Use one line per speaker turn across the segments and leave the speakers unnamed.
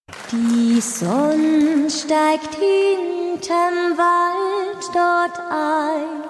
Die Sonne steigt hinterm Wald dort ein,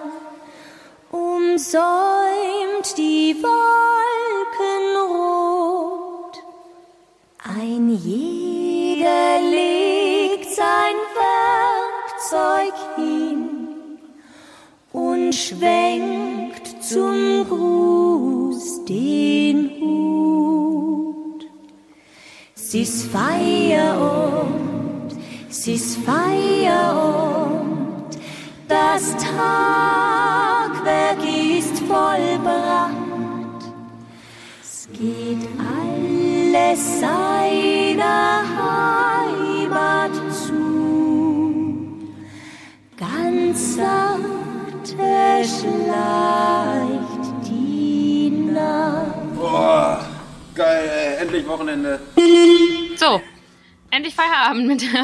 umsäumt die Wolken rot. Ein jeder legt sein Werkzeug hin und schwenkt zum Gruß den Hut. Es ist Feierabend, es ist Feierabend, das Tagwerk ist vollbracht. Es geht alles seiner Heimat zu, ganz sachte schleicht die Nacht.
Boah, geil, ey. Endlich Wochenende.
So, endlich Feierabend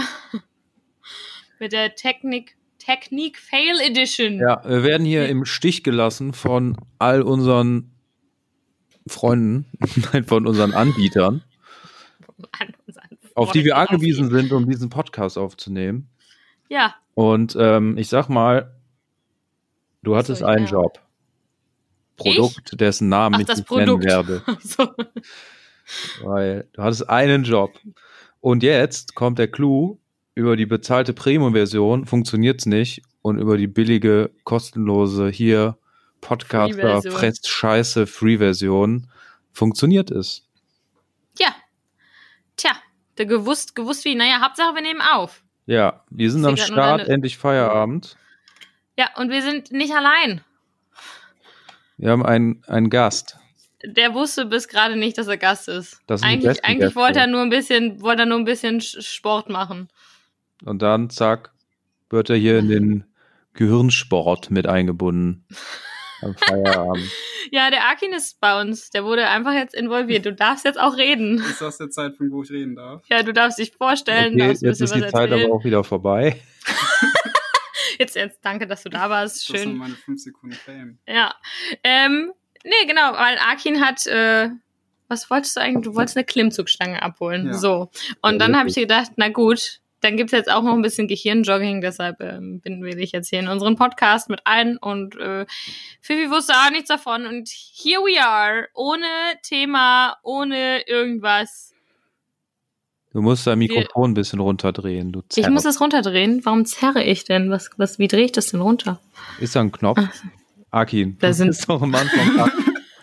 mit der Technik Fail Edition.
Ja, wir werden hier im Stich gelassen von all unseren Freunden, von unseren Anbietern, auf die wir angewiesen sind, um diesen Podcast aufzunehmen.
Ja.
Und ich sag mal, du hattest einen Job. Produkt, dessen Namen ich nicht nennen werde.
So.
Weil du hattest einen Job. Und jetzt kommt der Clou, über die bezahlte Premium-Version funktioniert's nicht und über die billige, kostenlose hier Podcaster fresst Scheiße Free-Version funktioniert es.
Ja. Tja, der gewusst wie. Naja, Hauptsache wir nehmen auf.
Ja, wir sind am Start, endlich Feierabend.
Ja, und wir sind nicht allein.
Wir haben einen Gast.
Der wusste bis gerade nicht, dass er Gast ist.
Eigentlich
wollte er nur ein bisschen Sport machen.
Und dann, zack, wird er hier in den Gehirnsport mit eingebunden. Am Feierabend.
Ja, der Akin ist bei uns. Der wurde einfach jetzt involviert. Du darfst jetzt auch reden.
Ist das der Zeitpunkt, wo ich reden darf?
Ja, du darfst dich vorstellen.
Okay, jetzt ist die Zeit aber auch wieder vorbei.
Jetzt, danke, dass du da warst. Schön.
Das sind meine 5 Sekunden Fame.
Ja. Nee, genau, weil Akin hat, was wolltest du eigentlich? Du wolltest eine Klimmzugstange abholen.
Ja.
So. Und dann habe ich gedacht, na gut, dann gibt's jetzt auch noch ein bisschen Gehirnjogging, deshalb binden wir dich jetzt hier in unseren Podcast mit ein und Fifi wusste auch nichts davon und here we are, ohne Thema, ohne irgendwas.
Du musst dein Mikrofon ein bisschen runterdrehen, du Zerre.
Ich muss das runterdrehen? Warum zerre ich denn? Wie drehe ich das denn runter?
Ist da ein Knopf? Akin,
da sind
ist doch ein Mann vom Tag.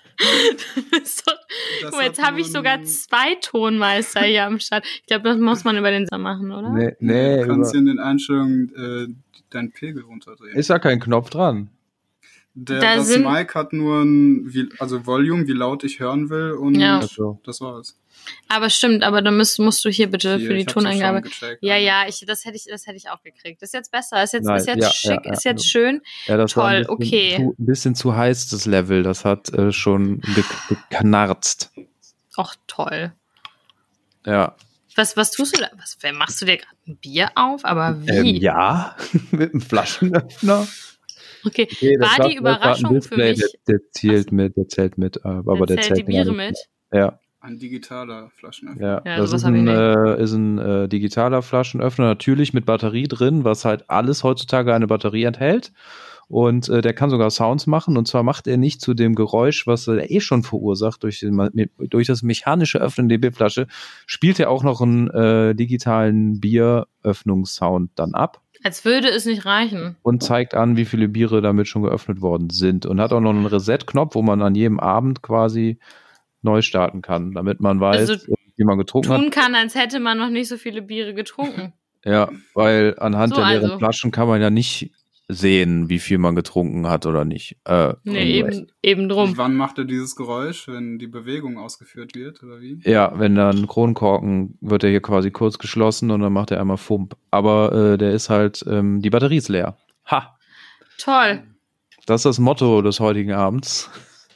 Guck mal, jetzt habe ich sogar 2 Tonmeister hier am Start. Ich glaube, das muss man über den Sommer machen, oder?
Nee.
Du kannst hier in den Einstellungen deinen Pegel runterdrehen.
Ist da kein Knopf dran?
Das Mic hat nur ein Volume, wie laut ich hören will und das war's.
Aber stimmt, aber dann musst du hier bitte für die Toneingabe. Ja, das hätte ich auch gekriegt. Ist jetzt besser, ist jetzt schick, ist jetzt schön.
Ja, das
toll,
war ein bisschen zu heiß, das Level. Das hat schon geknarzt.
Och, toll.
Ja.
Was tust du da? Machst du dir gerade ein Bier auf? Aber wie?
Ja, mit einem Flaschenöffner.
Okay, war die Überraschung für mich?
Der zählt mit, aber der zählt
die Biere mit?
Ja.
Ein digitaler Flaschenöffner.
Ja, das ist ein digitaler Flaschenöffner, natürlich mit Batterie drin, was halt alles heutzutage eine Batterie enthält. Und der kann sogar Sounds machen. Und zwar macht er nicht zu dem Geräusch, was er schon verursacht durch das mechanische Öffnen der Bierflasche, spielt er auch noch einen digitalen Bieröffnungssound dann ab.
Als würde es nicht reichen.
Und zeigt an, wie viele Biere damit schon geöffnet worden sind. Und hat auch noch einen Reset-Knopf, wo man an jedem Abend quasi neu starten kann, damit man weiß, wie man getrunken hat.
Tun kann, als hätte man noch nicht so viele Biere getrunken.
Ja, weil anhand der leeren Flaschen kann man ja nicht sehen, wie viel man getrunken hat oder nicht.
Eben drum.
Und wann macht er dieses Geräusch, wenn die Bewegung ausgeführt wird, oder wie?
Ja, wenn dann Kronkorken, wird er hier quasi kurz geschlossen und dann macht er einmal Fump. Aber der ist halt, die Batterie ist leer. Ha!
Toll.
Das ist das Motto des heutigen Abends.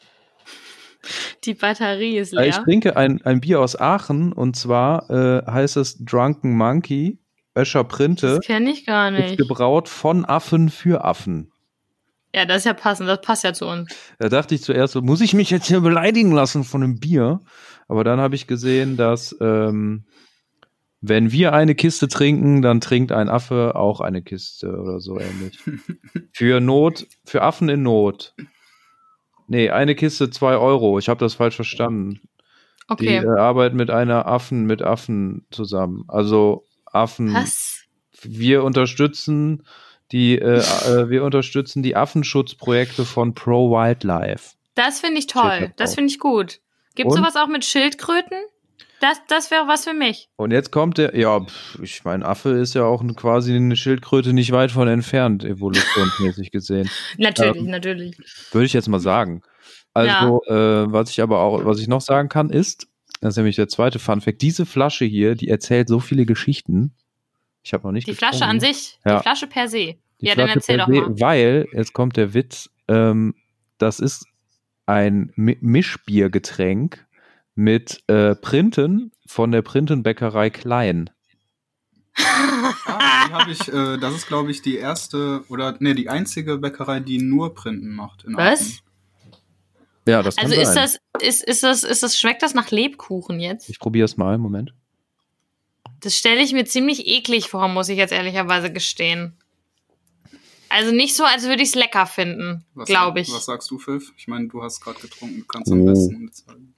Die Batterie ist leer.
Ich trinke ein Bier aus Aachen und zwar heißt es Drunken Monkey, Öscher Printe.
Das kenne ich gar nicht.
Ist gebraut von Affen für Affen.
Ja, das ist ja passend, das passt ja zu uns.
Da dachte ich zuerst, muss ich mich jetzt hier beleidigen lassen von einem Bier? Aber dann habe ich gesehen, dass wenn wir eine Kiste trinken, dann trinkt ein Affe auch eine Kiste oder so ähnlich. Für Affen in Not. Nee, eine Kiste 2 €. Ich habe das falsch verstanden.
Okay.
Die arbeiten mit Affen zusammen. Also Affen.
Was?
Wir unterstützen die Affenschutzprojekte von Pro Wildlife.
Das finde ich toll. Das finde ich gut. Gibt es sowas auch mit Schildkröten? Das wäre was für mich.
Und jetzt kommt ich meine, Affe ist ja auch quasi eine Schildkröte nicht weit von entfernt, evolutionsmäßig gesehen.
Natürlich.
Würde ich jetzt mal sagen. Also, was ich noch sagen kann, ist, das ist nämlich der zweite Funfact, diese Flasche hier, die erzählt so viele Geschichten. Ich habe noch nicht
getrunken. Flasche an sich?
Ja.
Die Flasche per se?
Die Flasche dann erzähl doch mal. Weil, jetzt kommt der Witz, das ist ein Mischbiergetränk mit Printen von der Printenbäckerei Klein.
Die habe ich, das ist glaube ich die einzige Bäckerei, die nur Printen macht.
Was?
Ja, das kann sein.
Schmeckt das nach Lebkuchen jetzt?
Ich probiere es mal, Moment.
Das stelle ich mir ziemlich eklig vor, muss ich jetzt ehrlicherweise gestehen. Also nicht so, als würde ich es lecker finden, glaube ich.
Was sagst du, Pfiff? Ich meine, du hast gerade getrunken, du kannst am besten sagen.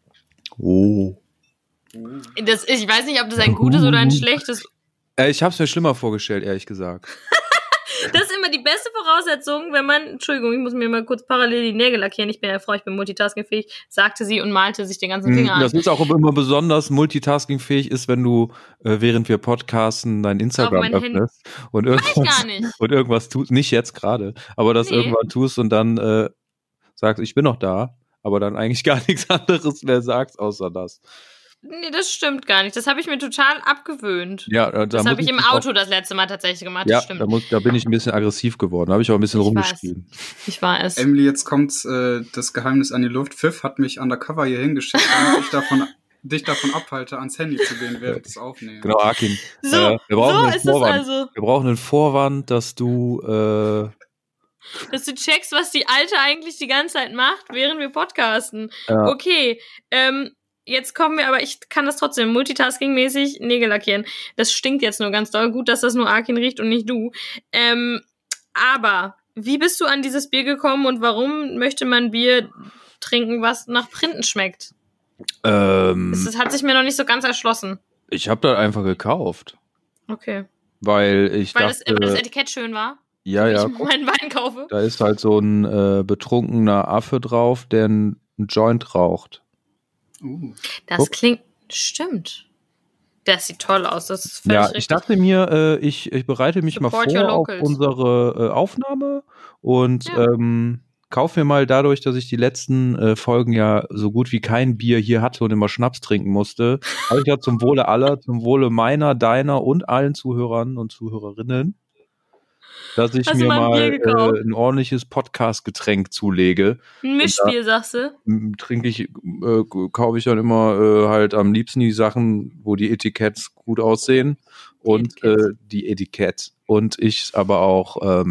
Ich weiß nicht, ob das ein gutes oder ein schlechtes...
Ich habe es mir schlimmer vorgestellt, ehrlich gesagt.
Das ist immer die beste Voraussetzung, wenn man... Entschuldigung, ich muss mir mal kurz parallel die Nägel lackieren. Ich bin ja Frau, ich bin multitaskingfähig, sagte sie und malte sich den ganzen Finger an.
Das ist auch immer besonders multitaskingfähig ist, wenn du, während wir podcasten, dein Instagram öffnest und irgendwas tust. Nicht jetzt gerade, aber irgendwann tust und dann sagst, ich bin noch da, aber dann eigentlich gar nichts anderes mehr sagst, außer das.
Nee, das stimmt gar nicht. Das habe ich mir total abgewöhnt.
Ja,
das habe ich im Auto das letzte Mal tatsächlich gemacht. Das stimmt.
Da bin ich ein bisschen aggressiv geworden. Da habe ich auch ein bisschen rumgespielt.
Ich war es.
Emily, jetzt kommt das Geheimnis an die Luft. Pfiff hat mich undercover hier hingeschickt, damit ich dich davon abhalte, ans Handy zu gehen, während des Aufnehmens.
Genau, Akin. Wir brauchen einen Vorwand, dass du
checkst, was die Alte eigentlich die ganze Zeit macht, während wir podcasten.
Ja.
Okay, jetzt kommen wir, aber ich kann das trotzdem multitasking-mäßig Nägel lackieren. Das stinkt jetzt nur ganz doll. Gut, dass das nur Akin riecht und nicht du. Aber wie bist du an dieses Bier gekommen und warum möchte man Bier trinken, was nach Printen schmeckt? Das hat sich mir noch nicht so ganz erschlossen.
Ich habe das einfach gekauft.
Okay.
Weil
das Etikett schön war?
Ja.
Ich meinen Wein kaufe?
Da ist halt so ein betrunkener Affe drauf, der einen Joint raucht.
Das klingt... Stimmt. Das sieht toll aus. Das ist völlig richtig.
Ich dachte mir, ich bereite mich mal vor auf unsere Aufnahme und kaufe mir mal dadurch, dass ich die letzten Folgen ja so gut wie kein Bier hier hatte und immer Schnaps trinken musste, habe ich ja zum Wohle aller, zum Wohle meiner, deiner und allen Zuhörern und Zuhörerinnen, dass ich mir mal ein ordentliches Podcast-Getränk zulege.
Ein Mischbier, sagst du?
Kaufe ich dann immer halt am liebsten die Sachen, wo die Etiketts gut aussehen und die Etikett. Und ich aber auch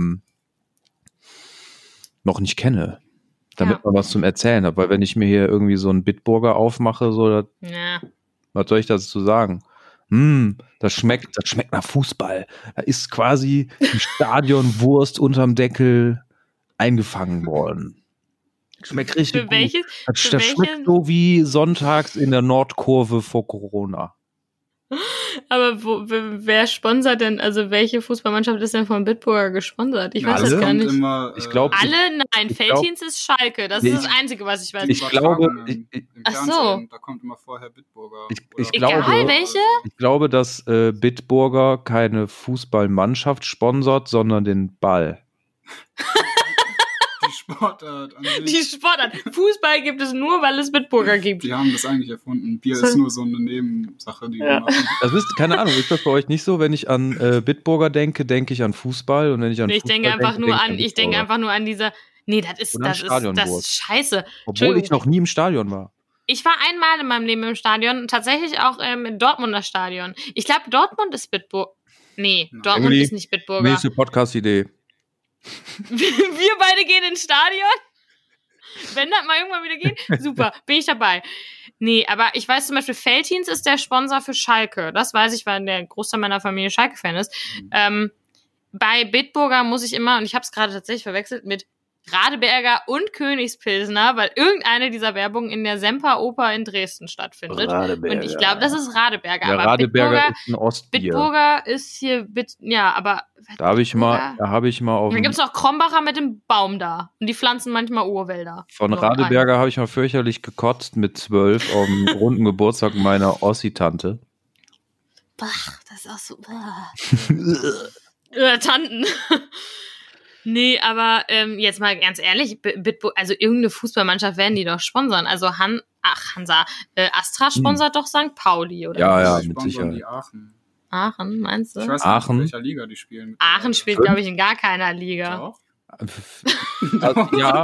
noch nicht kenne, damit man was zum Erzählen hat. Weil wenn ich mir hier irgendwie so einen Bitburger aufmache, was soll ich dazu sagen? Das schmeckt nach Fußball. Da ist quasi die Stadionwurst unterm Deckel eingefangen worden. Schmeckt richtig gut. Das schmeckt so wie sonntags in der Nordkurve vor Corona.
Aber wer sponsert denn, also welche Fußballmannschaft ist denn von Bitburger gesponsert? Ich weiß das gar nicht.
Ich glaube,
nein, Veltins ist Schalke. Das ist das Einzige, was ich weiß.
Ich glaube,
ach so. Da kommt immer vorher Bitburger.
Welche?
Ich glaube, dass Bitburger keine Fußballmannschaft sponsert, sondern den Ball.
Sportart an sich.
Die Sportart. Fußball gibt es nur, weil es Bitburger gibt.
Die haben das eigentlich erfunden. Bier ist nur so eine Nebensache, die wir machen.
Das ist, keine Ahnung, ist das bei euch nicht so? Wenn ich an Bitburger denke ich an Fußball und wenn ich an Fußball
denke ich denke einfach nur an dieser. Nee, das ist scheiße.
Obwohl ich noch nie im Stadion war.
Ich war einmal in meinem Leben im Stadion, tatsächlich auch im Dortmunder Stadion. Ich glaube, Dortmund ist Bitburger. Nee, Dortmund ist nicht Bitburger.
Nächste Podcast-Idee.
Wir beide gehen ins Stadion? Wenn das mal irgendwann wieder geht, super, bin ich dabei. Nee, aber ich weiß zum Beispiel, Veltins ist der Sponsor für Schalke. Das weiß ich, weil der Großteil meiner Familie Schalke-Fan ist. Bei Bitburger muss ich immer, und ich habe es gerade tatsächlich verwechselt, mit Radeberger und Königspilsner, weil irgendeine dieser Werbungen in der Semperoper in Dresden stattfindet.
Radeberger.
Und ich glaube, das ist Radeberger.
Ja,
aber
Radeberger ist ein Ostbier.
Bitburger ist hier, ja, aber
Da habe ich mal auf
dann gibt's noch Krombacher mit dem Baum da. Und die pflanzen manchmal Urwälder.
von Radeberger habe ich mal fürchterlich gekotzt mit 12 auf dem runden Geburtstag meiner Ossi-Tante.
Bach, das ist auch so. Tanten. Nee, aber jetzt mal ganz ehrlich, also irgendeine Fußballmannschaft werden die doch sponsern. Also Hansa, Astra sponsert doch St. Pauli, oder?
Ja,
Die
mit
sponsern
Sicherheit.
die Aachen.
Aachen, meinst du?
Ich weiß
Aachen?
nicht, in welcher Liga die spielen.
Aachen spielt, glaube ich, in gar keiner Liga.
Auch?
Ja,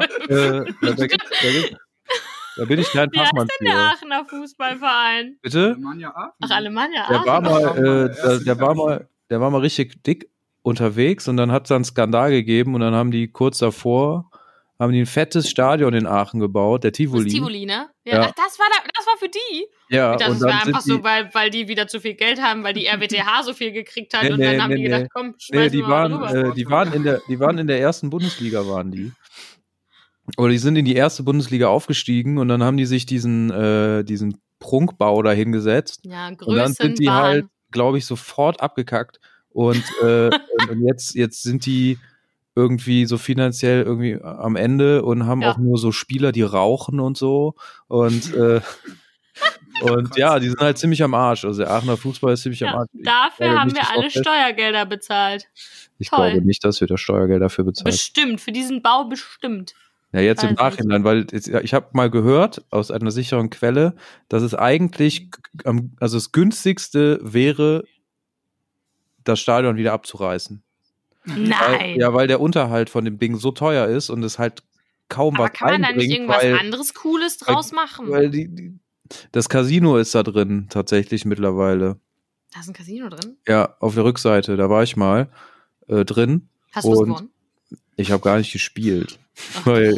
da bin ich kein
Wie heißt
Fachmann
denn der
für.
Aachener Fußballverein?
Bitte?
Alemannia Aachen.
Ach, Alemannia
Der
Aachen.
war mal richtig dick unterwegs und dann hat es einen Skandal gegeben und dann haben die kurz davor ein fettes Stadion in Aachen gebaut, der
Das
Tivoli.
ist Tivoli, ne? Ja.
Ja.
Ach, das war für die?
Ja,
Ich dachte,
und
das war
dann
einfach
sind
so, weil die wieder zu viel Geld haben, weil die RWTH so viel gekriegt hat
Nee,
und dann
nee,
haben die
nee,
gedacht,
nee.
komm,
Nee,
schmeißen
die
wir mal rüber.
waren in der ersten Bundesliga, waren die. Oder die sind in die erste Bundesliga aufgestiegen und dann haben die sich diesen Prunkbau da hingesetzt.
Ja,
Und dann sind die
Größenwahn.
halt, glaube ich, sofort abgekackt. Und jetzt sind die irgendwie so finanziell irgendwie am Ende und haben
Ja.
auch nur so Spieler, die rauchen und so. Und ja, die sind halt ziemlich am Arsch. Also der Aachener Fußball ist ziemlich am
Ja,
Arsch.
dafür
glaube
haben
nicht,
wir
dass
alle
auch das-
Steuergelder bezahlt.
Ich
toll.
glaube nicht, dass wir das Steuergeld dafür bezahlen.
Bestimmt, für diesen Bau bestimmt.
Ja, jetzt im
Weiß nicht.
Nachhinein, weil ich habe mal gehört aus einer sicheren Quelle, dass es eigentlich, also das günstigste wäre, das Stadion wieder abzureißen.
Nein.
Weil der Unterhalt von dem Ding so teuer ist und es halt kaum
Aber
was
kann man da nicht
einbringt,
irgendwas anderes Cooles draus machen?
weil das Casino ist da drin tatsächlich mittlerweile.
Da ist ein Casino drin.
Ja, auf der Rückseite, da war ich mal drin.
Hast du was
Und-
gewonnen?
Ich habe gar nicht gespielt, weil,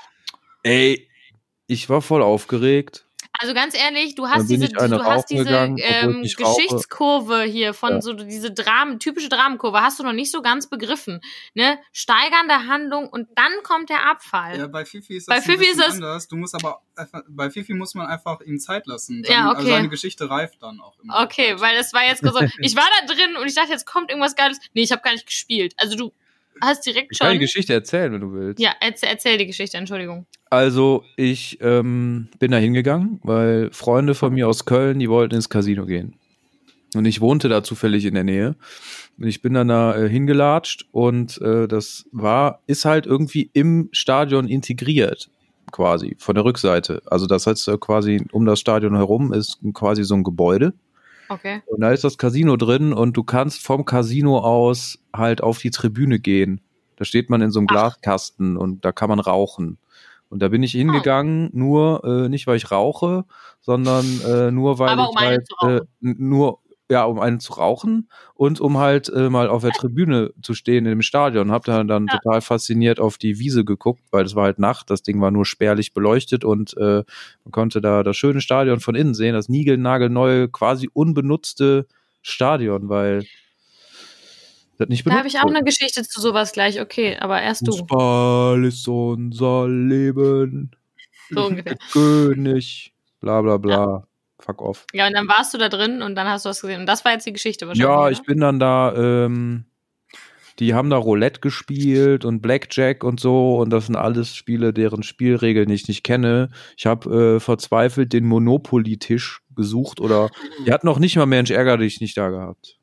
ich war voll aufgeregt.
Also ganz ehrlich, du
Dann
hast
bin
diese,
ich eine
du hast
rauchen
diese
gegangen, obwohl ich nicht rauche.
Geschichtskurve hier von
Ja.
so diese typische Dramenkurve hast du noch nicht so ganz begriffen. Ne? Steigernde Handlung und dann kommt der Abfall.
Ja, bei Fifi ist
Bei
das
Fifi
ein bisschen
ist das-
anders. Du musst aber einfach, bei Fifi muss man einfach ihm Zeit lassen.
Ja, okay.
Also seine Geschichte reift dann auch immer.
Okay, weil es war jetzt so, ich war da drin und ich dachte, jetzt kommt irgendwas Geiles. Nee, ich habe gar nicht gespielt. Also du hast direkt
Ich kann die
schon...
Geschichte erzählen, wenn du willst.
Ja, erzähl die Geschichte, Entschuldigung.
Also, ich bin da hingegangen, weil Freunde von mir aus Köln, die wollten ins Casino gehen. Und ich wohnte da zufällig in der Nähe. Und ich bin dann da hingelatscht und das ist halt irgendwie im Stadion integriert, quasi, von der Rückseite. Also das heißt quasi um das Stadion herum ist quasi so ein Gebäude.
Okay.
Und da ist das Casino drin und du kannst vom Casino aus halt auf die Tribüne gehen. Da steht man in so einem Glaskasten und da kann man rauchen. Und da bin ich hingegangen, nur nicht, weil ich rauche, sondern nur, weil
Aber
ich
um einen
halt
zu rauchen.
um einen zu rauchen und um halt mal auf der Tribüne zu stehen in dem Stadion. Hab dann total fasziniert auf die Wiese geguckt, weil es war halt Nacht, das Ding war nur spärlich beleuchtet und man konnte da das schöne Stadion von innen sehen, das niegelnagelneue, quasi unbenutzte Stadion, weil das nicht
Da
benutzt
habe ich auch
wurde.
eine Geschichte zu sowas gleich. Okay, aber erst du.
Fußball ist unser Leben.
So ungefähr.
König. Bla bla bla. Fuck off.
Ja, und dann warst du da drin und dann hast du was gesehen. Und das war jetzt die Geschichte wahrscheinlich.
Ja,
oder?
ich bin dann da, die haben da Roulette gespielt und Blackjack und so und das sind alles Spiele, deren Spielregeln ich nicht kenne. Ich habe verzweifelt den Monopoly-Tisch gesucht oder die hatten noch nicht mal Mensch ärger dich nicht da gehabt.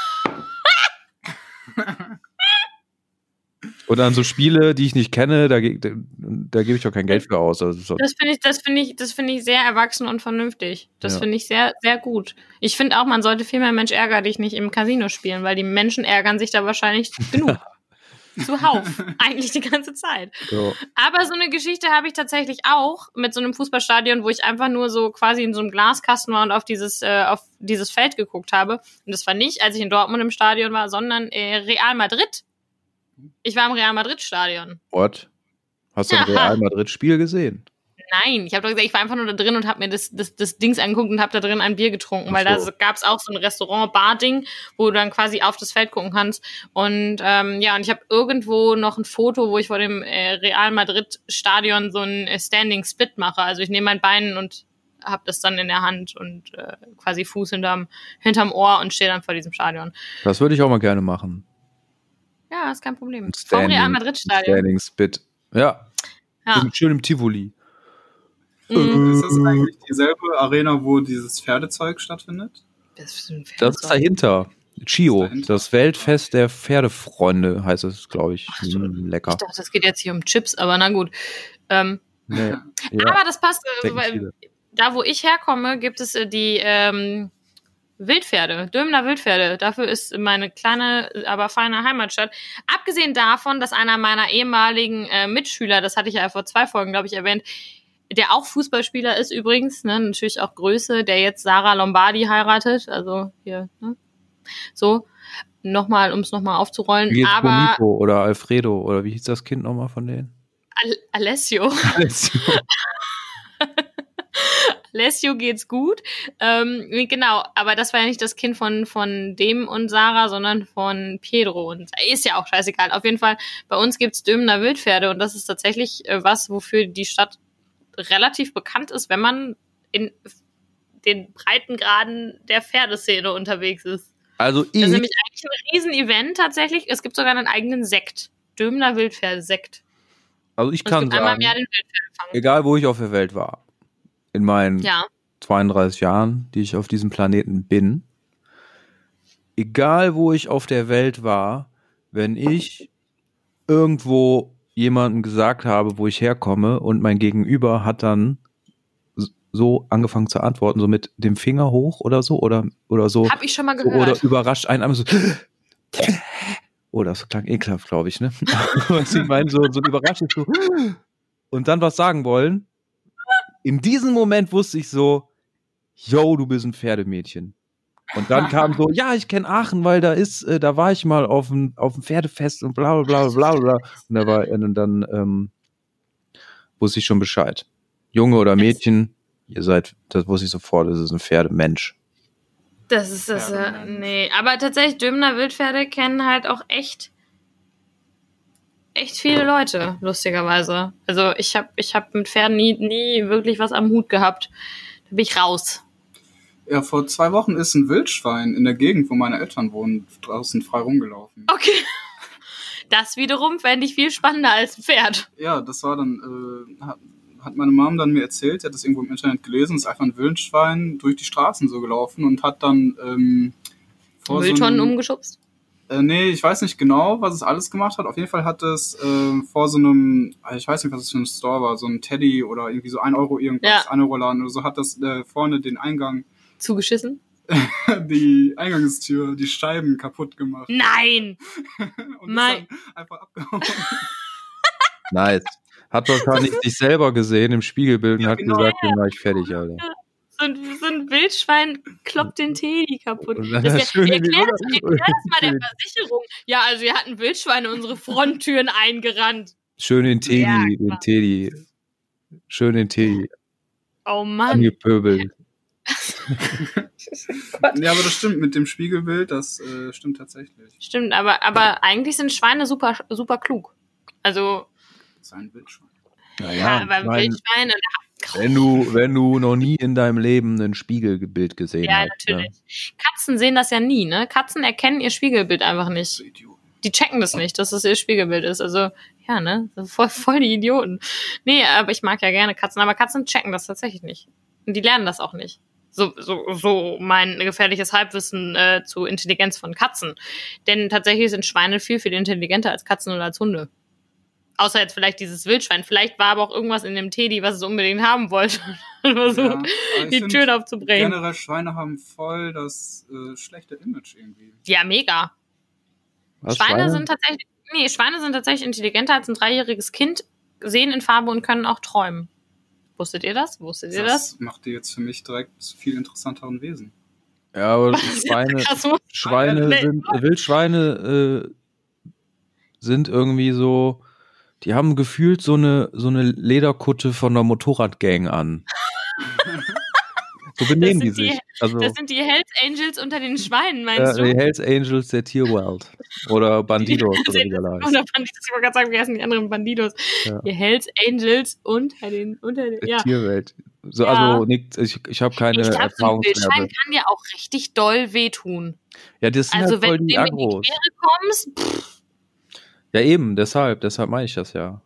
Und dann so Spiele, die ich nicht kenne, da gebe ich auch kein Geld für aus. Also so.
Das finde ich sehr erwachsen und vernünftig. Das
Ja.
finde ich sehr, sehr gut. Ich finde auch, man sollte viel mehr Mensch ärger dich nicht im Casino spielen, weil die Menschen ärgern sich da wahrscheinlich genug. Zuhauf. Eigentlich die ganze Zeit.
So.
Aber so eine Geschichte habe ich tatsächlich auch mit so einem Fußballstadion, wo ich einfach nur so quasi in so einem Glaskasten war und auf dieses Feld geguckt habe. Und das war nicht, als ich in Dortmund im Stadion war, sondern Real Madrid. Ich war im Real Madrid Stadion.
What? Hast du ein Real Madrid-Spiel gesehen?
Nein, ich habe doch gesagt, ich war einfach nur da drin und habe mir das Dings angeguckt und habe da drin ein Bier getrunken, weil da gab es auch so ein Restaurant-Bar-Ding, wo du dann quasi auf das Feld gucken kannst. Und und ich habe irgendwo noch ein Foto, wo ich vor dem Real Madrid-Stadion so ein Standing Split mache. Also ich nehme mein Bein und habe das dann in der Hand und quasi Fuß hinterm Ohr und stehe dann vor diesem Stadion.
Das würde ich auch mal gerne machen.
Ja, ist kein Problem. Vom Real Madrid-Stadion.
Standing Split. Ja. Schön im Tivoli.
Ist das eigentlich dieselbe Arena, wo dieses Pferdezeug stattfindet?
Das ist dahinter. Chio, das Weltfest der Pferdefreunde heißt es, glaube ich. Lecker.
Ich dachte, das geht jetzt hier um Chips, aber na gut.
Nee. Ja.
Aber das passt, weil da wo ich herkomme, gibt es die Wildpferde, Dömner Wildpferde. Dafür ist meine kleine, aber feine Heimatstadt. Abgesehen davon, dass einer meiner ehemaligen Mitschüler, das hatte ich ja vor 2 Folgen, glaube ich, erwähnt, der auch Fußballspieler ist übrigens, ne, natürlich auch Größe, der jetzt Sarah Lombardi heiratet, also hier, ne, so, nochmal, um es nochmal aufzurollen.
Wie jetzt Bonito oder Alfredo, oder wie hieß das Kind nochmal von denen?
Alessio. Alessio geht's gut. Genau, aber das war ja nicht das Kind von dem und Sarah, sondern von Pedro. Und ist ja auch scheißegal. Auf jeden Fall, bei uns gibt's Dömner Wildpferde und das ist tatsächlich was, wofür die Stadt relativ bekannt ist, wenn man in den Breitengraden der Pferdeszene unterwegs ist.
Also
das ist nämlich eigentlich ein Riesenevent tatsächlich. Es gibt sogar einen eigenen Sekt. Dömner Wildpferde-Sekt.
Also ich kann sagen, egal wo ich auf der Welt war, in meinen 32 Jahren, die ich auf diesem Planeten bin, egal wo ich auf der Welt war, wenn ich irgendwo jemandem gesagt habe, wo ich herkomme und mein Gegenüber hat dann so angefangen zu antworten, so mit dem Finger hoch oder so oder so.
Hab ich schon mal gehört.
Oder überrascht einen einmal so. Oh, das klang ekelhaft, glaube ich, ne? Was ich meine, so überrascht so. Und dann was sagen wollen. In diesem Moment wusste ich so, yo, du bist ein Pferdemädchen. Und dann kam so, ja, ich kenne Aachen, weil da war ich mal auf dem Pferdefest und bla bla bla bla. Und dann wusste ich schon Bescheid. Junge oder Mädchen, das wusste ich sofort, das ist ein Pferdemensch.
Das ist das, nee. Aber tatsächlich, Dömner Wildpferde kennen halt auch echt viele Leute, lustigerweise. Also ich hab mit Pferden nie wirklich was am Hut gehabt. Da bin ich raus.
Ja, vor 2 Wochen ist ein Wildschwein in der Gegend, wo meine Eltern wohnen, draußen frei rumgelaufen.
Okay. Das wiederum fände ich viel spannender als ein Pferd.
Ja, das war dann, hat meine Mom dann mir erzählt, sie hat das irgendwo im Internet gelesen, ist einfach ein Wildschwein durch die Straßen so gelaufen und hat dann
vor Mülltonnen umgeschubst?
Nee, ich weiß nicht genau, was es alles gemacht hat. Auf jeden Fall hat es vor so einem, ich weiß nicht, was das für ein Store war, so ein Teddy oder irgendwie so 1 Euro irgendwas, 1 Euro Laden oder so, hat das vorne den Eingang
zugeschissen?
Die Eingangstür, die Scheiben kaputt gemacht.
Nein!
Und ist dann einfach abgehauen.
Nice. Hat wahrscheinlich sich selber gesehen im Spiegelbild und hat gesagt, den war ich fertig, Alter.
So ein Wildschwein kloppt den Teddy kaputt.
Erklär
das mal der Versicherung. Ja, also wir hatten Wildschweine unsere Fronttüren eingerannt.
Schön den Teddy. Schön den Teddy.
Oh Mann.
Angepöbelt.
Ja, aber das stimmt mit dem Spiegelbild, das stimmt tatsächlich.
Stimmt, aber eigentlich sind Schweine super, super klug. Also.
Das ist ein Wildschwein.
Ja,
aber Wildschweine.
Wenn du noch nie in deinem Leben ein Spiegelbild gesehen hast.
Ja, natürlich. Ne? Katzen sehen das ja nie, ne? Katzen erkennen ihr Spiegelbild einfach nicht. Die checken das nicht, dass es ihr Spiegelbild ist. Also, ja, ne? Voll die Idioten. Nee, aber ich mag ja gerne Katzen, aber Katzen checken das tatsächlich nicht. Und die lernen das auch nicht. So mein gefährliches Halbwissen zu Intelligenz von Katzen. Denn tatsächlich sind Schweine viel, viel intelligenter als Katzen oder als Hunde. Außer jetzt vielleicht dieses Wildschwein. Vielleicht war aber auch irgendwas in dem Teddy, was es unbedingt haben wollte. Versucht, die Türen aufzubrechen.
Generell Schweine haben voll das schlechte Image irgendwie.
Ja, mega.
Was,
Schweine sind tatsächlich intelligenter als ein 3-jähriges Kind, sehen in Farbe und können auch träumen. Wusstet ihr das?
Das macht die jetzt für mich direkt zu viel interessanteren Wesen.
Ja, aber Wildschweine sind irgendwie so, Die haben gefühlt so eine Lederkutte von der Motorradgang an. So benehmen die sich.
Also, das sind die Hells Angels unter den Schweinen, meinst du?
Die Hells Angels der Tierwelt. Oder Bandidos oder wie der heißt.
Oder Bandidos, ich wollte gerade sagen, wie heißen die anderen Bandidos? Ja. Die Hells Angels unter den
ja. Tierwelt. So, ja. Also ich habe keine Erfahrungswerte. So ein
Wildschwein kann dir auch richtig doll wehtun.
Ja, das sind also halt voll die Agros.
Wenn du in die Quere kommst,
ja eben, deshalb meine ich das ja.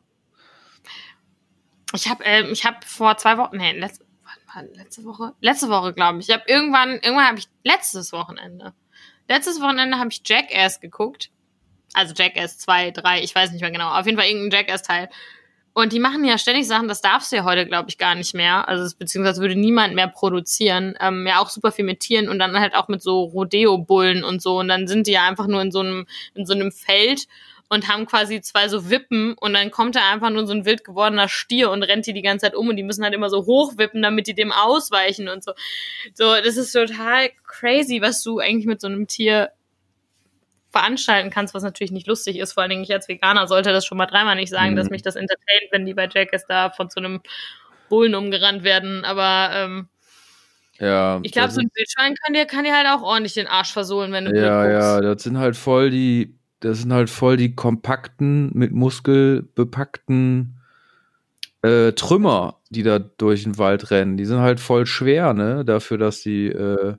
Ich hab vor 2 Wochen, letzte Woche, glaube ich. Irgendwann habe ich letztes Wochenende habe ich Jackass geguckt. Also Jackass 2, 3, ich weiß nicht mehr genau. Auf jeden Fall irgendein Jackass-Teil. Und die machen ja ständig Sachen, das darfst du ja heute, glaube ich, gar nicht mehr. Also beziehungsweise würde niemand mehr produzieren. Ja, auch super viel mit Tieren und dann halt auch mit so Rodeo-Bullen und so. Und dann sind die ja einfach nur in so einem Feld und haben quasi 2 so Wippen und dann kommt da einfach nur so ein wild gewordener Stier und rennt die ganze Zeit um und die müssen halt immer so hochwippen, damit die dem ausweichen und so. So, das ist total crazy, was du eigentlich mit so einem Tier veranstalten kannst, was natürlich nicht lustig ist. Vor allen Dingen ich als Veganer sollte das schon mal 3-mal nicht sagen, dass mich das entertaint, wenn die bei Jackass da von so einem Bullen umgerannt werden. Aber
ja,
ich glaube, so ein Wildschwein kann dir halt auch ordentlich den Arsch versohlen, wenn du Glück guckst.
Ja, das sind halt voll die kompakten, mit Muskel bepackten Trümmer, die da durch den Wald rennen. Die sind halt voll schwer, ne? Dafür, dass die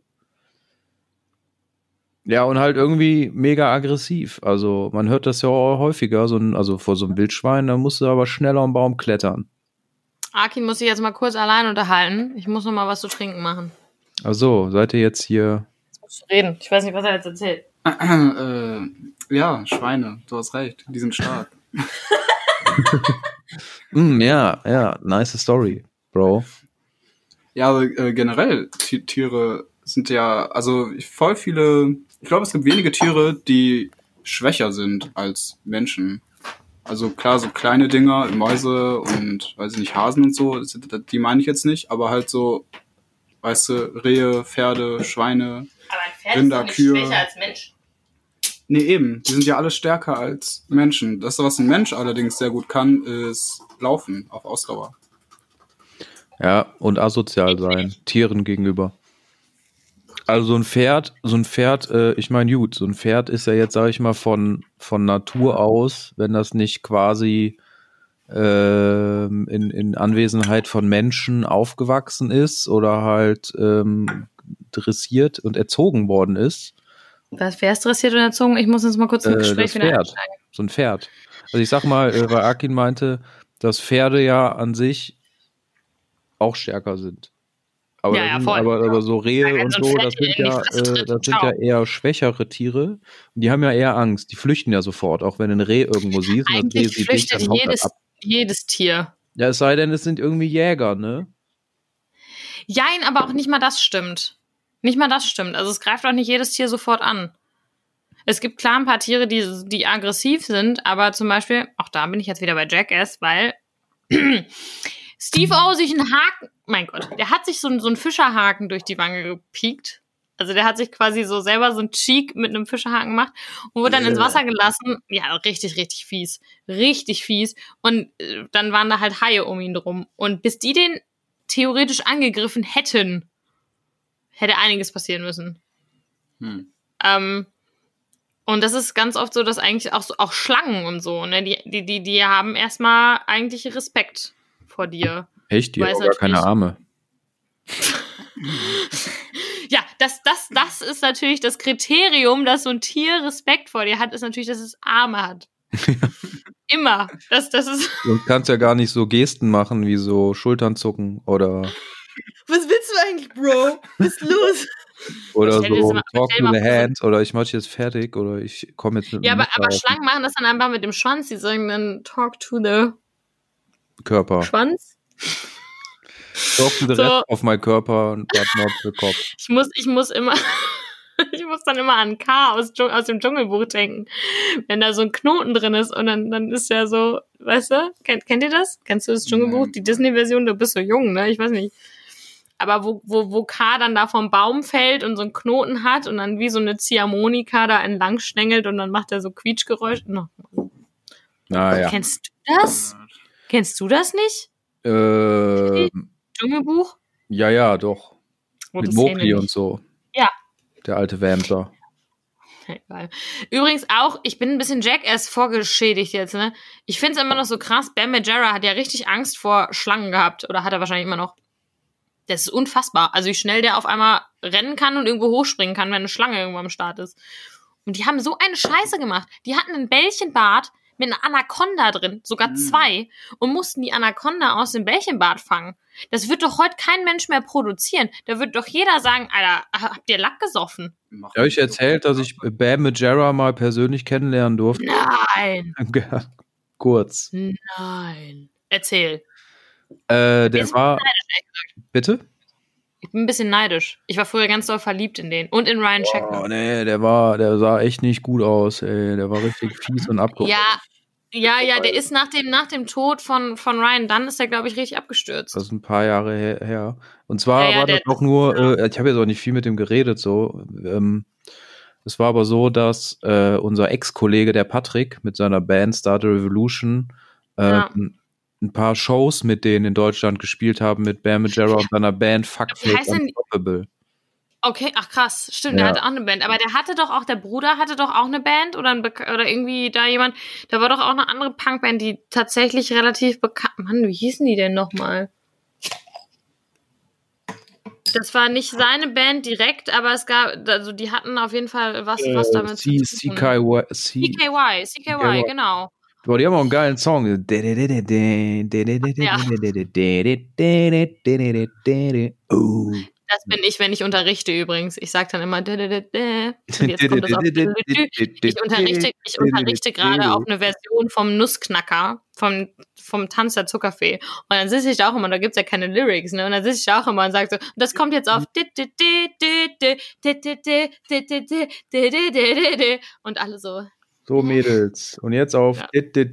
ja, und halt irgendwie mega aggressiv. Also man hört das ja auch häufiger, also vor so einem Wildschwein, da musst du aber schneller am Baum klettern.
Akin muss sich jetzt mal kurz allein unterhalten. Ich muss noch mal was zu trinken machen.
Ach so, seid ihr jetzt hier?
Jetzt musst du reden. Ich weiß nicht, was er jetzt erzählt.
Ja, Schweine, du hast recht, die sind stark.
Ja, nice Story, Bro.
Ja, aber generell, Tiere sind ja, also voll viele, ich glaube, es gibt wenige Tiere, die schwächer sind als Menschen. Also klar, so kleine Dinger, Mäuse und, weiß ich nicht, Hasen und so, die meine ich jetzt nicht, aber halt so, weißt du, Rehe, Pferde, Schweine,
aber ein Pferd
Rinder,
ist doch
Kühe.
Nicht schwächer als Mensch.
Nee, eben. Die sind ja alle stärker als Menschen. Das, was ein Mensch allerdings sehr gut kann, ist laufen auf Ausdauer.
Ja, und asozial sein, Tieren gegenüber. Also so ein Pferd, ich meine, gut, so ein Pferd ist ja jetzt, sag ich mal, von Natur aus, wenn das nicht quasi in Anwesenheit von Menschen aufgewachsen ist oder halt dressiert und erzogen worden ist.
Wer ist dressiert und erzogen? Ich muss jetzt mal kurz ein Gespräch wieder einsteigen.
So ein Pferd. Also ich sag mal, weil Akin meinte, dass Pferde ja an sich auch stärker sind. Aber,
ja, voll.
Aber so Rehe und so, das sind ja eher schwächere Tiere. Und die haben ja eher Angst. Die flüchten ja sofort, auch wenn du ein Reh irgendwo siehst.
Eigentlich
und das Reh sieht dich, dann haut das ab.
Jedes Tier.
Ja, es sei denn, es sind irgendwie Jäger, ne?
Jein, aber auch nicht mal das stimmt. Also es greift auch nicht jedes Tier sofort an. Es gibt klar ein paar Tiere, die aggressiv sind, aber zum Beispiel, auch da bin ich jetzt wieder bei Jackass, weil Steve-O sich einen Haken, mein Gott, der hat sich so einen Fischerhaken durch die Wange gepiekt. Also der hat sich quasi so selber so einen Cheek mit einem Fischerhaken gemacht und wurde dann ins Wasser gelassen. Ja, richtig, richtig fies. Richtig fies. Und dann waren da halt Haie um ihn drum. Und bis die den theoretisch angegriffen hätten, hätte einiges passieren müssen. Und das ist ganz oft so, dass eigentlich auch Schlangen und so, ne, die haben erstmal eigentlich Respekt vor dir.
Echt? Die haben gar keine Arme.
Ja, das ist natürlich das Kriterium, dass so ein Tier Respekt vor dir hat, ist natürlich, dass es Arme hat. Immer. Das ist.
Du kannst ja gar nicht so Gesten machen, wie so Schultern zucken oder.
Was willst du eigentlich, Bro? Was ist los?
Oder so talk to the hand oder ich mach dich jetzt fertig oder ich komme jetzt mit
Ja, aber Schlangen machen das dann einfach mit dem Schwanz. Die sagen dann talk to the
Körper.
Schwanz?
Talk to the rest of my Körper und but not the Kopf.
Ich muss immer ich muss dann immer an K aus dem Dschungelbuch denken. Wenn da so ein Knoten drin ist und dann ist ja so, weißt du, kennt ihr das? Kennst du das Dschungelbuch? Die Disney-Version? Du bist so jung, ne? Ich weiß nicht. Aber wo K dann da vom Baum fällt und so einen Knoten hat und dann wie so eine Ziehharmonika da entlang schlängelt und dann macht er so Quietschgeräusche. No.
Naja.
Kennst du das? Kennst du das nicht? Dschungelbuch?
Ja, doch.
Oh,
Mit
das
Mowgli
Szene
und so.
Ja.
Der alte Vamp.
Egal. Übrigens auch, ich bin ein bisschen Jackass vorgeschädigt jetzt, ne? Ich finde es immer noch so krass, Bam Margera hat ja richtig Angst vor Schlangen gehabt. Oder hat er wahrscheinlich immer noch. Das ist unfassbar. Also wie schnell der auf einmal rennen kann und irgendwo hochspringen kann, wenn eine Schlange irgendwo am Start ist. Und die haben so eine Scheiße gemacht. Die hatten ein Bällchenbad mit einer Anaconda drin, sogar 2, und mussten die Anaconda aus dem Bällchenbad fangen. Das wird doch heute kein Mensch mehr produzieren. Da wird doch jeder sagen, Alter, habt ihr Lack gesoffen?
Habe ich erzählt, dass ich Bam Margera mal persönlich kennenlernen durfte?
Nein.
Kurz.
Nein. Erzähl.
Der war... Bitte?
Ich bin ein bisschen neidisch. Ich war früher ganz doll verliebt in den. Und in Ryan Sheckler.
Oh, nee, der sah echt nicht gut aus, ey. Der war richtig fies und abgehoben.
Ja, der ist nach dem Tod von Ryan Dunn ist der, glaube ich, richtig abgestürzt.
Das ist ein paar Jahre her. Und zwar war das auch nur, ich habe jetzt auch nicht viel mit dem geredet, so. Es war aber so, dass unser Ex-Kollege, der Patrick, mit seiner Band Start a Revolution ein paar Shows mit denen in Deutschland gespielt haben, mit Bam Margera und seiner Band Fuckface Unstoppable.
Okay, ach krass, stimmt, der hatte auch eine Band. Aber der Bruder hatte doch auch eine Band oder irgendwie da jemand, da war doch auch eine andere Punkband, die tatsächlich relativ bekannt, Mann, wie hießen die denn nochmal? Das war nicht seine Band direkt, aber es gab, also die hatten auf jeden Fall was damit zu tun. CKY, genau.
Boah, die haben auch einen geilen Song.
Ja. Das bin ich, wenn ich unterrichte übrigens. Ich sage dann immer und jetzt kommt das auf. Ich unterrichte gerade auch eine Version vom Nussknacker, vom Tanz der Zuckerfee. Und dann sitze ich da auch immer, da gibt's ja keine Lyrics, ne? Und dann sitze ich da auch immer und sage so, und das kommt jetzt auf und alle so.
So, Mädels. Und jetzt auf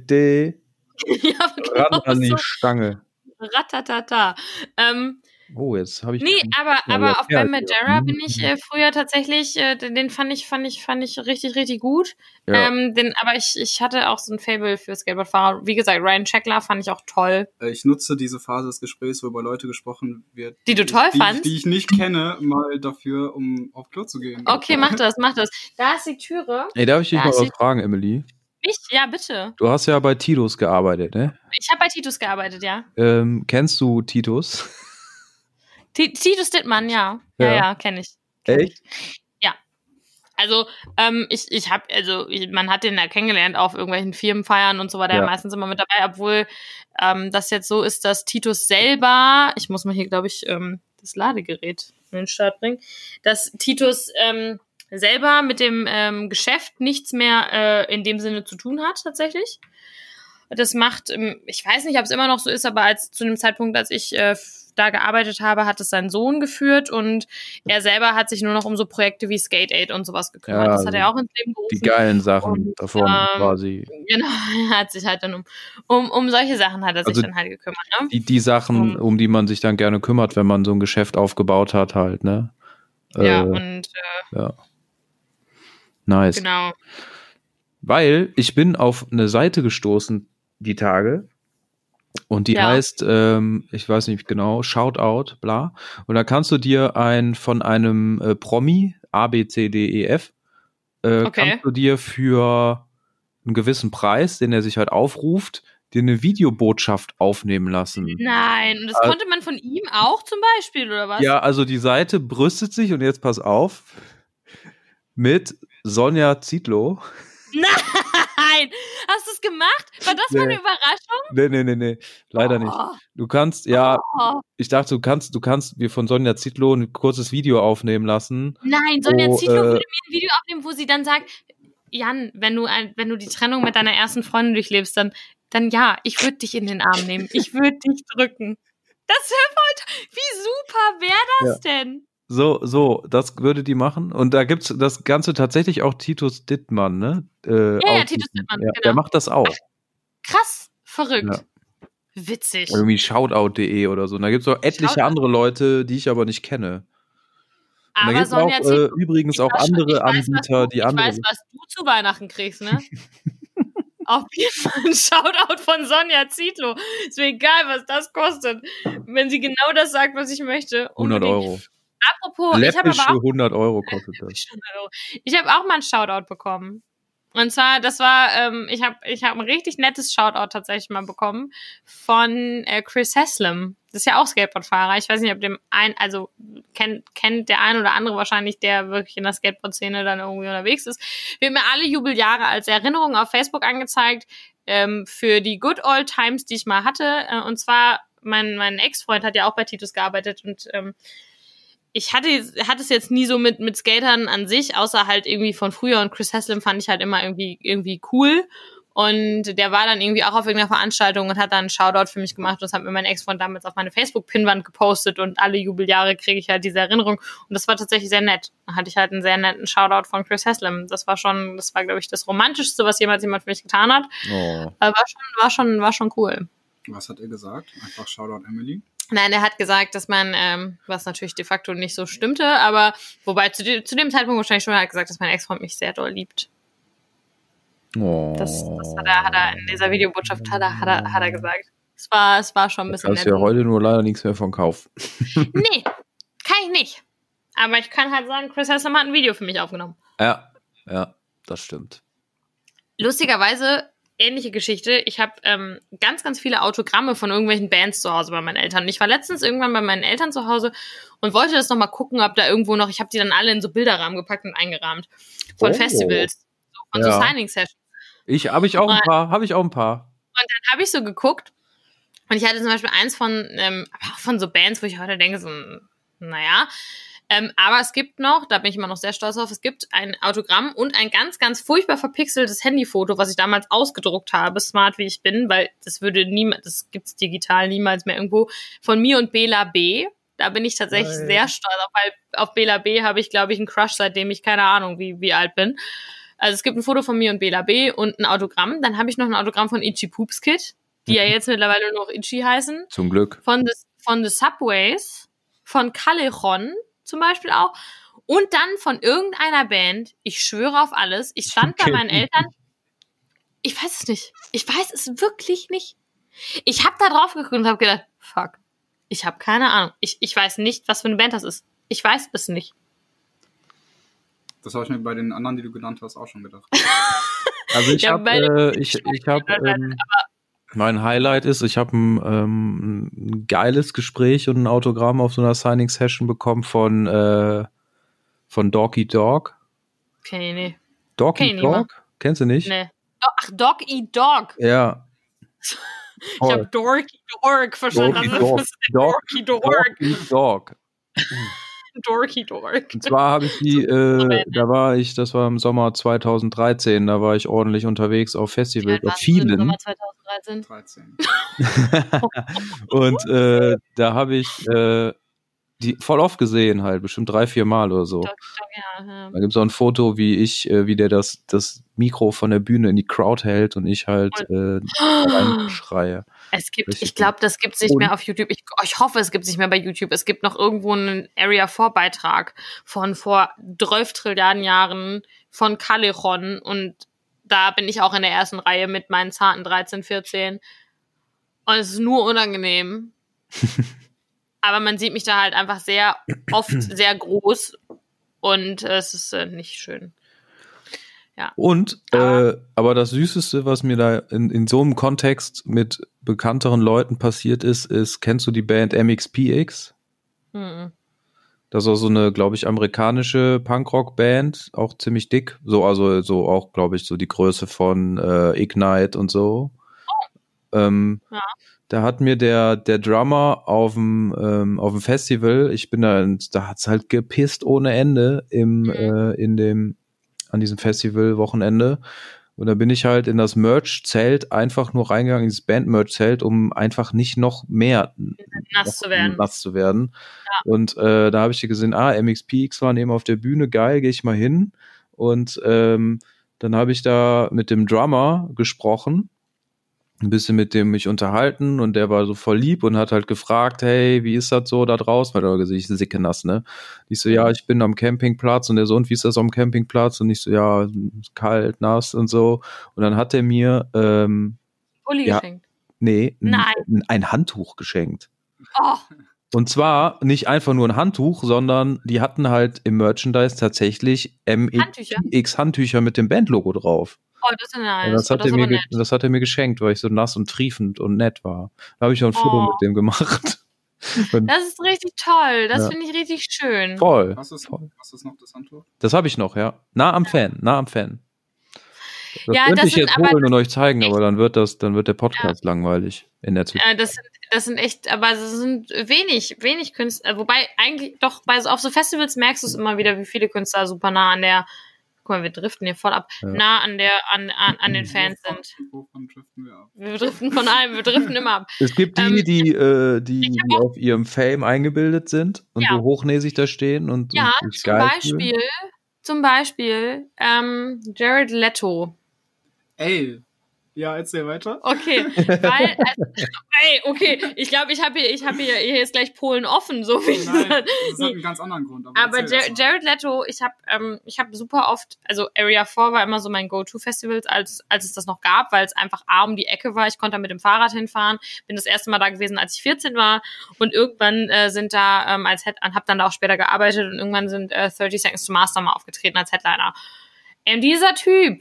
ran an die Stange.
Ratatata.
Jetzt habe ich...
Nee, aber auf Bam Margera bin ich früher tatsächlich, den fand ich richtig, richtig gut.
Ja.
Aber ich hatte auch so ein Faible für Skateboardfahrer. Wie gesagt, Ryan Sheckler fand ich auch toll.
Ich nutze diese Phase des Gesprächs, wo über Leute gesprochen wird,
die du toll fandst?
Die ich nicht kenne, mal dafür, um auf Klo zu gehen.
Okay, mach das. Da ist die Türe.
Ey, darf ich dich mal was fragen, Emily?
Ich? Ja, bitte.
Du hast ja bei Titus gearbeitet, ne?
Ich habe bei Titus gearbeitet, ja.
Kennst du Titus?
Titus Dittmann, ja. Ja, kenne ich.
Echt?
Ja. Also, man hat den ja kennengelernt auf irgendwelchen Firmenfeiern und so war der meistens immer mit dabei, obwohl das jetzt so ist, dass Titus selber, ich muss mal hier, glaube ich, das Ladegerät in den Start bringen, dass Titus selber mit dem Geschäft nichts mehr in dem Sinne zu tun hat, tatsächlich. Das macht, ich weiß nicht, ob es immer noch so ist, aber zu dem Zeitpunkt, als ich da gearbeitet habe, hat es sein Sohn geführt und er selber hat sich nur noch um so Projekte wie Skate Aid und sowas gekümmert. Das hat er auch ins Leben gerufen.
Die geilen Sachen davon quasi.
Genau, er hat sich halt dann um solche Sachen hat er sich dann halt gekümmert. Ne?
Die Sachen, um die man sich dann gerne kümmert, wenn man so ein Geschäft aufgebaut hat halt, ne?
Ja.
Nice.
Genau.
Weil ich bin auf eine Seite gestoßen die Tage und die heißt, ich weiß nicht genau, Shoutout, bla. Und da kannst du dir von einem Promi, A, B, C, D, E, F, kannst du dir für einen gewissen Preis, den er sich halt aufruft, dir eine Videobotschaft aufnehmen lassen.
Nein, und das konnte man von ihm auch zum Beispiel, oder was?
Ja, also die Seite brüstet sich, und jetzt pass auf, mit Sonja Zietlow.
Nein! Hast du es gemacht? War das mal eine Überraschung?
Nee. Leider nicht. Du kannst, ich dachte, du kannst mir von Sonja Zietlow ein kurzes Video aufnehmen lassen.
Nein, Sonja Zietlow würde mir ein Video aufnehmen, wo sie dann sagt, Jan, wenn du die Trennung mit deiner ersten Freundin durchlebst, dann ja, ich würde dich in den Arm nehmen. Ich würde dich drücken. Das wäre voll, wie super wäre das denn?
So, das würde die machen. Und da gibt's das Ganze tatsächlich auch Titus Dittmann, ne?
Titus Dittmann, genau.
Der macht das auch.
Krass, verrückt. Ja. Witzig.
Irgendwie shoutout.de oder so. Und da gibt's auch etliche andere Leute, die ich aber nicht kenne. Und da gibt's auch übrigens auch andere Anbieter, die andere.
Ich weiß, was du zu Weihnachten kriegst, ne? Auf jeden Fall ein Shoutout von Sonja Zietlow. Ist mir egal, was das kostet. Wenn sie genau das sagt, was ich möchte.
100
Unbedingt.
€.
Apropos, ich habe aber auch
100 € kostet das.
Ich habe auch mal einen Shoutout bekommen. Und zwar, das war, ich hab ein richtig nettes Shoutout tatsächlich mal bekommen von Chris Haslam. Das ist ja auch Skateboardfahrer. Ich weiß nicht, ob kennt der ein oder andere wahrscheinlich, der wirklich in der Skateboard-Szene dann irgendwie unterwegs ist. Wird mir alle Jubeljahre als Erinnerung auf Facebook angezeigt, für die Good Old Times, die ich mal hatte. Und zwar, mein Ex-Freund hat ja auch bei Titus gearbeitet und ich hatte es jetzt nie so mit Skatern an sich, außer halt irgendwie von früher, und Chris Haslam fand ich halt immer irgendwie cool, und der war dann irgendwie auch auf irgendeiner Veranstaltung und hat dann einen Shoutout für mich gemacht, und das hat mir mein Ex-Freund damals auf meine Facebook-Pinwand gepostet, und alle Jubeljahre kriege ich halt diese Erinnerung, und das war tatsächlich sehr nett. Da hatte ich halt einen sehr netten Shoutout von Chris Haslam. Das war, glaube ich, das Romantischste, was jemals jemand für mich getan hat.
Oh.
Aber war schon cool.
Was hat er gesagt? Einfach Shoutout Emily?
Nein, er hat gesagt, dass man, was natürlich de facto nicht so stimmte, aber wobei zu dem Zeitpunkt wahrscheinlich schon, er hat gesagt, dass mein Ex-Freund mich sehr doll liebt.
Oh.
Das hat er in dieser Videobotschaft hat er gesagt. Es war schon ein bisschen
nett. Da hast du ja heute nur leider nichts mehr von kaufen.
Nee, kann ich nicht. Aber ich kann halt sagen, Chris Haslam hat ein Video für mich aufgenommen.
Ja, das stimmt.
Lustigerweise, ähnliche Geschichte. Ich habe ganz, ganz viele Autogramme von irgendwelchen Bands zu Hause bei meinen Eltern. Und ich war letztens irgendwann bei meinen Eltern zu Hause und wollte das nochmal gucken, ob da irgendwo noch, ich habe die dann alle in so Bilderrahmen gepackt und eingerahmt. Von Festivals. Von so Signing-Sessions.
Habe ich auch ein paar.
Und dann habe ich so geguckt und ich hatte zum Beispiel eins von so Bands, wo ich heute denke, so, naja. Aber es gibt noch, da bin ich immer noch sehr stolz drauf, es gibt ein Autogramm und ein ganz, ganz furchtbar verpixeltes Handyfoto, was ich damals ausgedruckt habe, smart wie ich bin, weil das gibt's digital niemals mehr irgendwo, von mir und Bela B. Da bin ich tatsächlich sehr stolz auf, weil auf Bela B. habe ich, glaube ich, einen Crush, seitdem ich keine Ahnung, wie alt bin. Also es gibt ein Foto von mir und Bela B. und ein Autogramm. Dann habe ich noch ein Autogramm von Itchy Poops Kid, die ja jetzt mittlerweile nur noch Itchy heißen.
Zum Glück.
Von The Subways, von Callejon zum Beispiel auch. Und dann von irgendeiner Band, ich schwöre auf alles, ich stand bei meinen Eltern, ich weiß es nicht. Ich weiß es wirklich nicht. Ich habe da drauf geguckt und habe gedacht, fuck, ich habe keine Ahnung. Ich weiß nicht, was für eine Band das ist. Ich weiß es nicht.
Das habe ich mir bei den anderen, die du genannt hast, auch schon gedacht.
Also mein Highlight ist, ich habe ein geiles Gespräch und ein Autogramm auf so einer Signing-Session bekommen von Doggy Dog.
Okay, nee.
Doggy Dog? Kennst du nicht?
Nee. Ach, Dog Eat Dog.
Ja.
Ich habe Dorky Dork verstanden. Dorky Dork.
Dog.
Dorky Dork.
Und zwar habe ich das war im Sommer 2013, da war ich ordentlich unterwegs auf Festivals, auf vielen. Im Sommer
2013?
13. Und da habe ich die voll oft gesehen, halt, bestimmt 3-4 Mal oder so. Da gibt es auch ein Foto, wie der das Mikro von der Bühne in die Crowd hält und ich halt reinschreie.
Ich glaube, das gibt's nicht mehr auf YouTube. Ich hoffe, es gibt's nicht mehr bei YouTube. Es gibt noch irgendwo einen Area 4 Beitrag von vor 12 Trilliarden Jahren von Callejon, und da bin ich auch in der ersten Reihe mit meinen zarten 13, 14. Und es ist nur unangenehm. Aber man sieht mich da halt einfach sehr oft sehr groß und es ist nicht schön. Ja.
Und, aber das Süßeste, was mir da in so einem Kontext mit bekannteren Leuten passiert ist, kennst du die Band MXPX?
Mhm.
Das ist auch so eine, glaube ich, amerikanische Punkrock-Band, auch ziemlich dick. So auch, glaube ich, so die Größe von Ignite und so. Ja. Da hat mir der Drummer auf dem Festival, da hat's halt gepisst ohne Ende an diesem Festival-Wochenende. Und da bin ich halt in das Merch-Zelt einfach nur reingegangen, in dieses Band-Merch-Zelt, um einfach nicht noch mehr nass zu werden. Ja. Und da habe ich gesehen, MXPX waren eben auf der Bühne, geil, gehe ich mal hin. Und dann habe ich da mit dem Drummer gesprochen. ein bisschen mit dem mich unterhalten und der war so voll lieb und hat halt gefragt, hey, wie ist das so da draußen? Weil er gesagt, ich bin sicke nass, ne? Ich so, ja, ich bin am Campingplatz und der so, und wie ist das am Campingplatz? Und ich so, ja, kalt, nass und so. Und dann hat er mir
Pulli geschenkt.
Nee,
Nein.
ein Handtuch geschenkt.
Oh,
Und zwar nicht einfach nur ein Handtuch, sondern die hatten halt im Merchandise tatsächlich
Handtücher?
MXX-Handtücher mit dem Bandlogo drauf.
das ist nice.
Und das hat,
das ist aber nett.
das hat er mir geschenkt, weil ich so nass und triefend und nett war. Da habe ich auch ein Foto mit dem gemacht. Und
Das ist richtig toll. Das
Ja.
finde ich richtig schön.
voll.
Was ist noch das Handtuch?
Das habe ich noch, ja. Nah am Fan. Das
Ja,
könnte
das
ich jetzt
sind aber-
holen und euch zeigen, aber dann wird der Podcast langweilig in der Zukunft.
Das sind echt, aber es sind wenig Künstler. Wobei eigentlich doch auf so Festivals merkst du es immer wieder, wie viele Künstler super nah an der, guck mal, wir driften hier voll ab,
Ja.
nah an den Fans sind.
Wovon driften wir ab?
Wir driften von allem, wir driften immer ab.
Es gibt die auf ihrem Fame eingebildet sind und
Ja.
so hochnäsig da stehen und
Ja,
sich geil fühlen.
zum Beispiel Jared Leto.
Ey, ja, erzähl weiter.
Okay, weil, okay, ich glaube, ich habe hier jetzt gleich Polen offen, so wie
Nein, das hat einen ganz anderen Grund.
Aber
erzähl erst mal.
Jared Leto, ich hab super oft, also Area 4 war immer so mein Go-To-Festival, als es das noch gab, weil es einfach um die Ecke war. Ich konnte da mit dem Fahrrad hinfahren, bin das erste Mal da gewesen, als ich 14 war und irgendwann sind da hab dann da auch später gearbeitet und irgendwann sind 30 Seconds to Mars mal aufgetreten als Headliner. Und dieser Typ,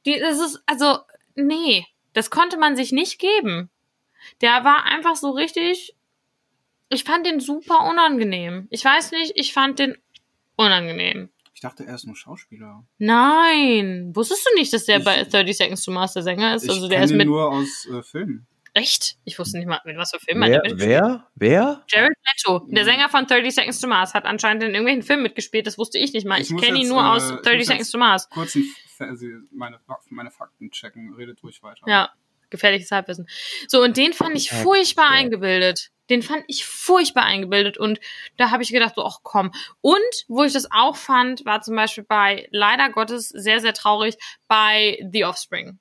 das konnte man sich nicht geben. Der war einfach so richtig, ich fand den super unangenehm. Ich weiß nicht, ich fand den unangenehm.
Ich dachte, er ist nur Schauspieler.
Nein, wusstest du nicht, dass der bei 30 Seconds to Mars der Sänger ist? Also
Ich
der
kenne
ist
ihn
mit,
nur aus Filmen.
echt? Ich wusste nicht mal, mit was für Filmen hat der mitgespielt.
Wer?
Jared Leto, der Sänger von 30 Seconds to Mars, hat anscheinend in irgendwelchen Filmen mitgespielt, das wusste ich nicht mal. Ich
muss
kenne ihn
jetzt,
nur aus
ich
30
muss
Seconds
jetzt
to Mars.
Kurz meine Fakten checken. Redet ruhig weiter.
Ja, gefährliches Halbwissen. So, und den fand ich furchtbar eingebildet. Und da habe ich gedacht, so, ach komm. Und wo ich das auch fand, war zum Beispiel leider Gottes, sehr, sehr traurig, bei The Offspring.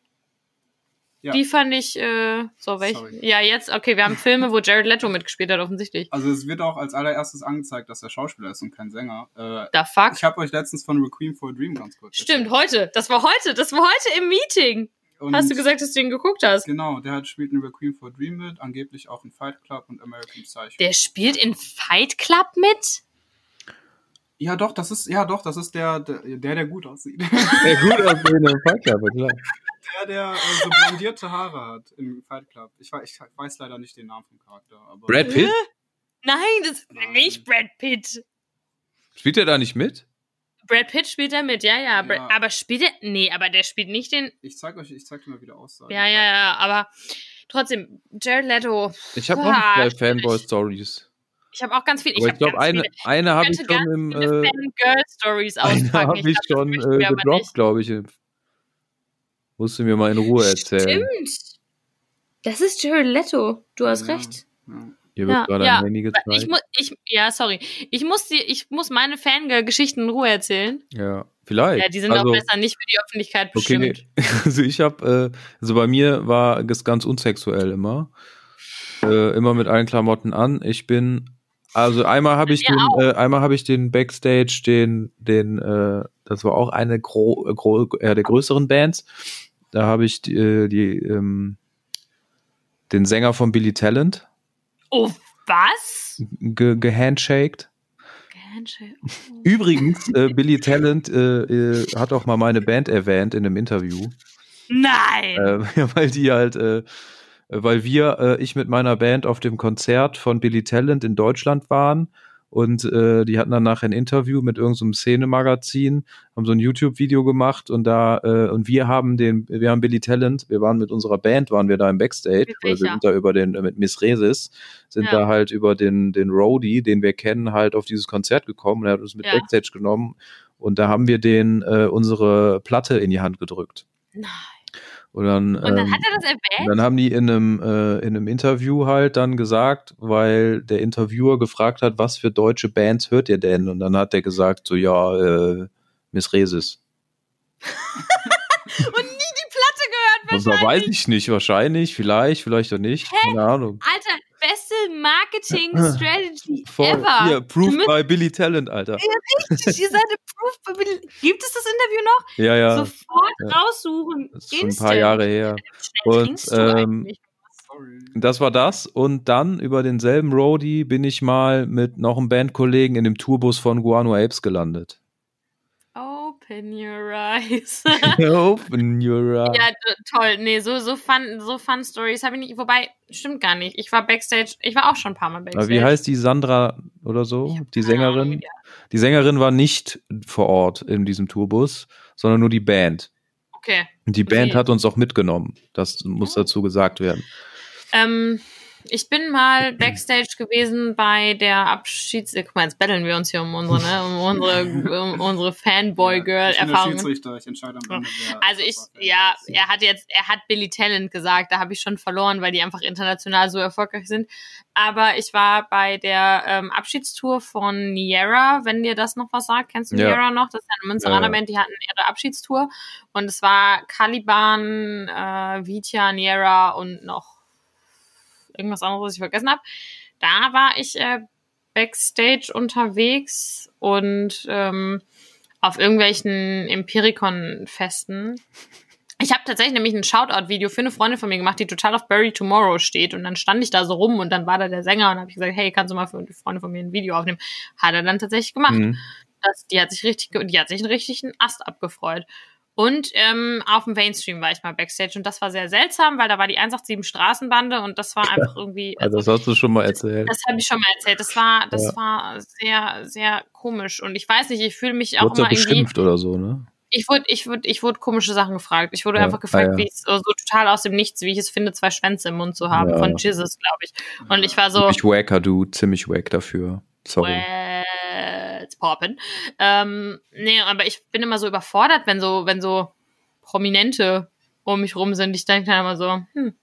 Ja.
Die fand ich,
Sorry.
Ja, jetzt, okay, wir haben Filme, wo Jared Leto mitgespielt hat, offensichtlich.
Also es wird auch als allererstes angezeigt, dass er Schauspieler ist und kein Sänger.
Da fuck.
Ich habe euch letztens von Requiem for a Dream ganz kurz
Stimmt, heute. Das war heute im Meeting.
Und
Hast du gesagt, dass du ihn geguckt hast?
Genau, der spielt in Requiem for a Dream mit, angeblich auch in Fight Club und American Psycho.
Der spielt in Fight Club mit?
Ja, doch, das ist der gut aussieht.
Ja, gut aussehen im Fight Club, klar.
der so blondierte Haare hat im Fight Club. Ich weiß leider nicht den Namen vom Charakter. Aber
Brad Pitt?
Nein, das ist nicht Brad Pitt.
Spielt er da nicht mit?
Brad Pitt spielt da mit, ja. Aber spielt er? Nee, aber der spielt nicht den.
Ich zeig dir mal wieder Aussagen.
Ja, aber trotzdem, Jared Leto.
Ich habe noch 2 Fanboy-Stories.
Ich habe auch ganz viel.
Aber ich glaube, eine habe ich schon im
Fangirl-Stories
eine
auspacken.
habe ich schon gedroppt, glaube ich. Musst du mir mal in Ruhe erzählen.
Stimmt. Das ist Jared Leto. Du hast recht.
Ja.
Hier wird gerade ein Handy gezeigt.
Ich muss meine Fangirl-Geschichten in Ruhe erzählen.
Ja, vielleicht.
Ja, die sind auch besser nicht für die Öffentlichkeit bestimmt.
Okay. Also ich habe, bei mir war es ganz unsexuell immer. Immer mit allen Klamotten an. Einmal habe ich den Backstage, das war auch eine der größeren Bands. Da habe ich den Sänger von Billy Talent.
Oh, was?
Gehandshaked.
Oh.
Übrigens, Billy Talent hat auch mal meine Band erwähnt in einem Interview.
Nein!
Weil die halt, ich mit meiner Band auf dem Konzert von Billy Talent in Deutschland waren und die hatten dann nachher ein Interview mit irgendeinem Szenemagazin, haben so ein YouTube-Video gemacht und wir haben Billy Talent, wir waren mit unserer Band, waren wir da im Backstage, weil wir sind da mit Miss Resis, da halt über den Roadie, den wir kennen, halt auf dieses Konzert gekommen und er hat uns mit Backstage genommen und da haben wir unsere Platte in die Hand gedrückt.
Nein.
Und dann
hat er das erwähnt?
Dann haben die in einem Interview halt dann gesagt, weil der Interviewer gefragt hat, was für deutsche Bands hört ihr denn? Und dann hat er gesagt, so ja, Miss Resis.
Und nie die Platte gehört
weiß ich nicht, wahrscheinlich, vielleicht auch nicht. Keine Ahnung.
Alter, beste Marketing-Strategy
Voll.
ever.
Hier, Proof by Billy Talent, Alter.
Ja, richtig, ihr seid Proof by Billy. Gibt es das Interview noch?
Ja, ja.
Sofort raussuchen.
Das ist schon ein paar Jahre her. Und das war das. Und dann über denselben Roadie bin ich mal mit noch einem Bandkollegen in dem Tourbus von Guano Apes gelandet.
Open your eyes.
Open your eyes.
Ja, toll. Nee, so fun Stories habe ich nicht. Wobei, stimmt gar nicht. Ich war Backstage. Ich war auch schon ein paar Mal Backstage.
Aber wie heißt die, Sandra oder so? Die Sängerin? Die Sängerin war nicht vor Ort in diesem Tourbus, sondern nur die Band.
Okay.
Und die Band hat uns auch mitgenommen. Das muss dazu gesagt werden.
Ich bin mal Backstage gewesen bei der Guck mal, jetzt betteln wir uns hier um unsere Fanboy-Girl-Erfahrungen.
Ich entscheide am Ende,
er hat Billy Talent gesagt, da habe ich schon verloren, weil die einfach international so erfolgreich sind. Aber ich war bei der Abschiedstour von Niera, wenn dir das noch was sagt. Kennst du Niera noch? Das ist eine Münsteraner Band, die hatten ihre Abschiedstour. Und es war Caliban, Vitya, Niera und noch irgendwas anderes, was ich vergessen habe. Da war ich Backstage unterwegs und auf irgendwelchen Empiricon-Festen. Ich habe tatsächlich nämlich ein Shoutout-Video für eine Freundin von mir gemacht, die total auf Bury Tomorrow steht. Und dann stand ich da so rum und dann war da der Sänger und habe ich gesagt, hey, kannst du mal für die Freundin von mir ein Video aufnehmen? Hat er dann tatsächlich gemacht. Die hat sich einen richtigen Ast abgefreut. Und auf dem Mainstream war ich mal Backstage und das war sehr seltsam, weil da war die 187 Straßenbande und das war einfach irgendwie...
Also das hast du schon mal erzählt.
Das habe ich schon mal erzählt. Das war sehr, sehr komisch und ich weiß nicht, ich fühle mich auch immer
beschimpft oder so, ne?
Ich wurde komische Sachen gefragt. Ich wurde einfach gefragt, wie es so total aus dem Nichts, wie ich es finde, 2 Schwänze im Mund zu haben, von Jesus, glaube ich. Und ich war so...
Ziemlich wack dafür. Sorry.
It's poppin'. Nee, aber ich bin immer so überfordert, wenn so Prominente um mich rum sind. Ich denke dann immer so,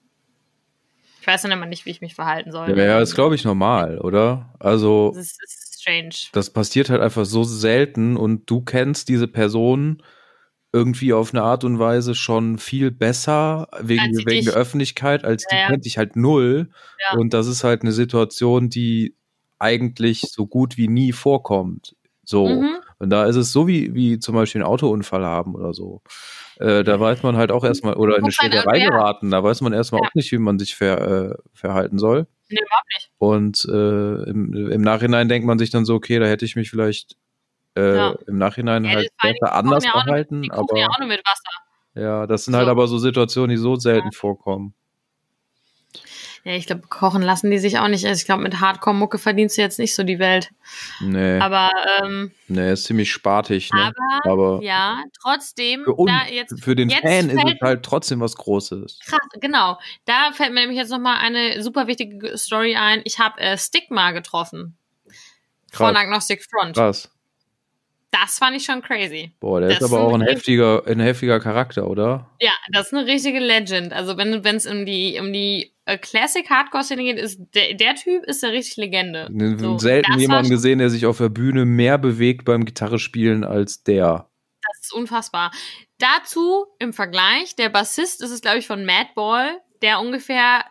ich weiß dann immer nicht, wie ich mich verhalten soll.
Ja, ist, glaube ich, normal, oder? Also,
das ist strange.
Das passiert halt einfach so selten und du kennst diese Person irgendwie auf eine Art und Weise schon viel besser wegen der Öffentlichkeit, als die kennt dich halt null. Ja. Und das ist halt eine Situation, die eigentlich so gut wie nie vorkommt. So. Und da ist es so wie zum Beispiel einen Autounfall haben oder so. Da weiß man halt auch erstmal, oder in eine Schlägerei geraten, da weiß man erstmal auch nicht, wie man sich verhalten soll.
Nee, überhaupt nicht.
Und im Nachhinein denkt man sich dann so, okay, da hätte ich mich vielleicht im Nachhinein halt besser anders verhalten.
Die kochen ja auch nur mit Wasser.
Ja, das sind halt aber so Situationen, die so selten vorkommen.
Ja, ich glaube, kochen lassen die sich auch nicht. Also ich glaube, mit Hardcore-Mucke verdienst du jetzt nicht so die Welt.
Nee.
Aber,
ist ziemlich spartig, ne?
Aber ja, trotzdem.
Für den Fan ist es halt trotzdem was Großes.
Krass, genau. Da fällt mir nämlich jetzt nochmal eine super wichtige Story ein. Ich habe Stigma getroffen. Von Agnostic Front.
Krass.
Das fand ich schon crazy.
Boah, der ist aber auch ein heftiger Charakter, oder?
Ja, das ist eine richtige Legend. Also wenn es um die Classic Hardcore-Szene geht, ist der Typ ist eine richtig Legende.
Selten jemanden gesehen, der sich auf der Bühne mehr bewegt beim Gitarrespielen als der.
Das ist unfassbar. Dazu im Vergleich, der Bassist ist es, glaube ich, von Madball, der ungefähr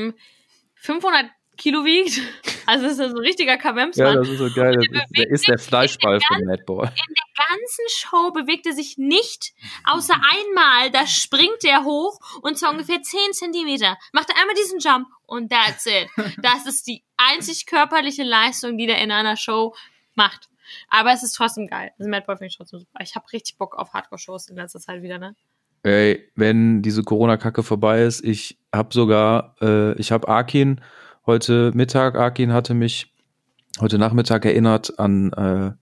500 Kilo wiegt. Also das ist so ein richtiger Kabemsmann.
Ja, das ist so geil. Der ist der Fleischball von Madball.
In der ganzen Show bewegt er sich nicht, außer einmal, da springt er hoch und zwar ungefähr 10 Zentimeter. Macht er einmal diesen Jump und that's it. Das ist die einzig körperliche Leistung, die der in einer Show macht. Aber es ist trotzdem geil. Also Madball finde ich trotzdem super. Ich habe richtig Bock auf Hardcore-Shows in letzter Zeit wieder, ne?
Ey, wenn diese Corona-Kacke vorbei ist, ich habe Arkin heute Mittag, Arkin hatte mich heute Nachmittag erinnert an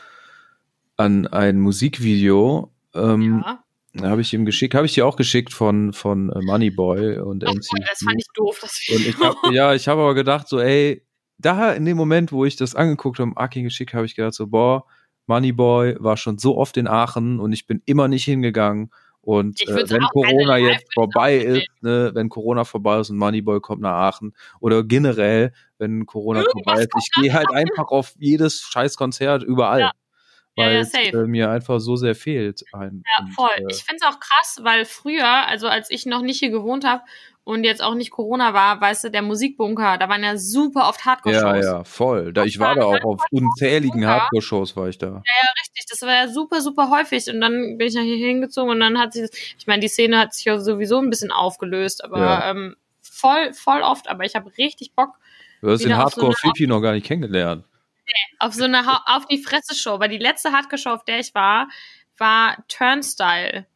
ein Musikvideo. Da habe ich ihm geschickt, habe ich dir auch geschickt von Moneyboy und MC.
Das fand ich doof, das
Video. Und ich habe aber gedacht so, ey, da in dem Moment, wo ich das angeguckt habe, Arkin geschickt, habe ich gedacht so, boah, Moneyboy war schon so oft in Aachen und ich bin immer nicht hingegangen. Und wenn Corona jetzt vorbei ist, ne, wenn Corona vorbei ist und Moneyboy kommt nach Aachen oder generell, wenn Corona vorbei ist, ich gehe halt einfach auf jedes scheiß Konzert überall. Ja. weil
ja,
es
safe.
mir einfach so sehr fehlt.
Ja, voll. Ich finde es auch krass, weil früher, also als ich noch nicht hier gewohnt habe und jetzt auch nicht Corona war, weißt du, der Musikbunker, da waren ja super oft Hardcore-Shows.
Ja, voll. Ich war da auch auf unzähligen Hardcore-Shows, war ich da.
Ja, richtig. Das war ja super, super häufig. Und dann bin ich ja hier hingezogen und dann hat sich ich meine, die Szene hat sich ja sowieso ein bisschen aufgelöst, aber voll oft. Aber ich habe richtig Bock
Du hast den
wieder auf so eine
Hardcore-Fifi noch gar nicht kennengelernt.
auf so eine auf die Fresse-Show. Weil die letzte Hardcore-Show, auf der ich war Turnstile.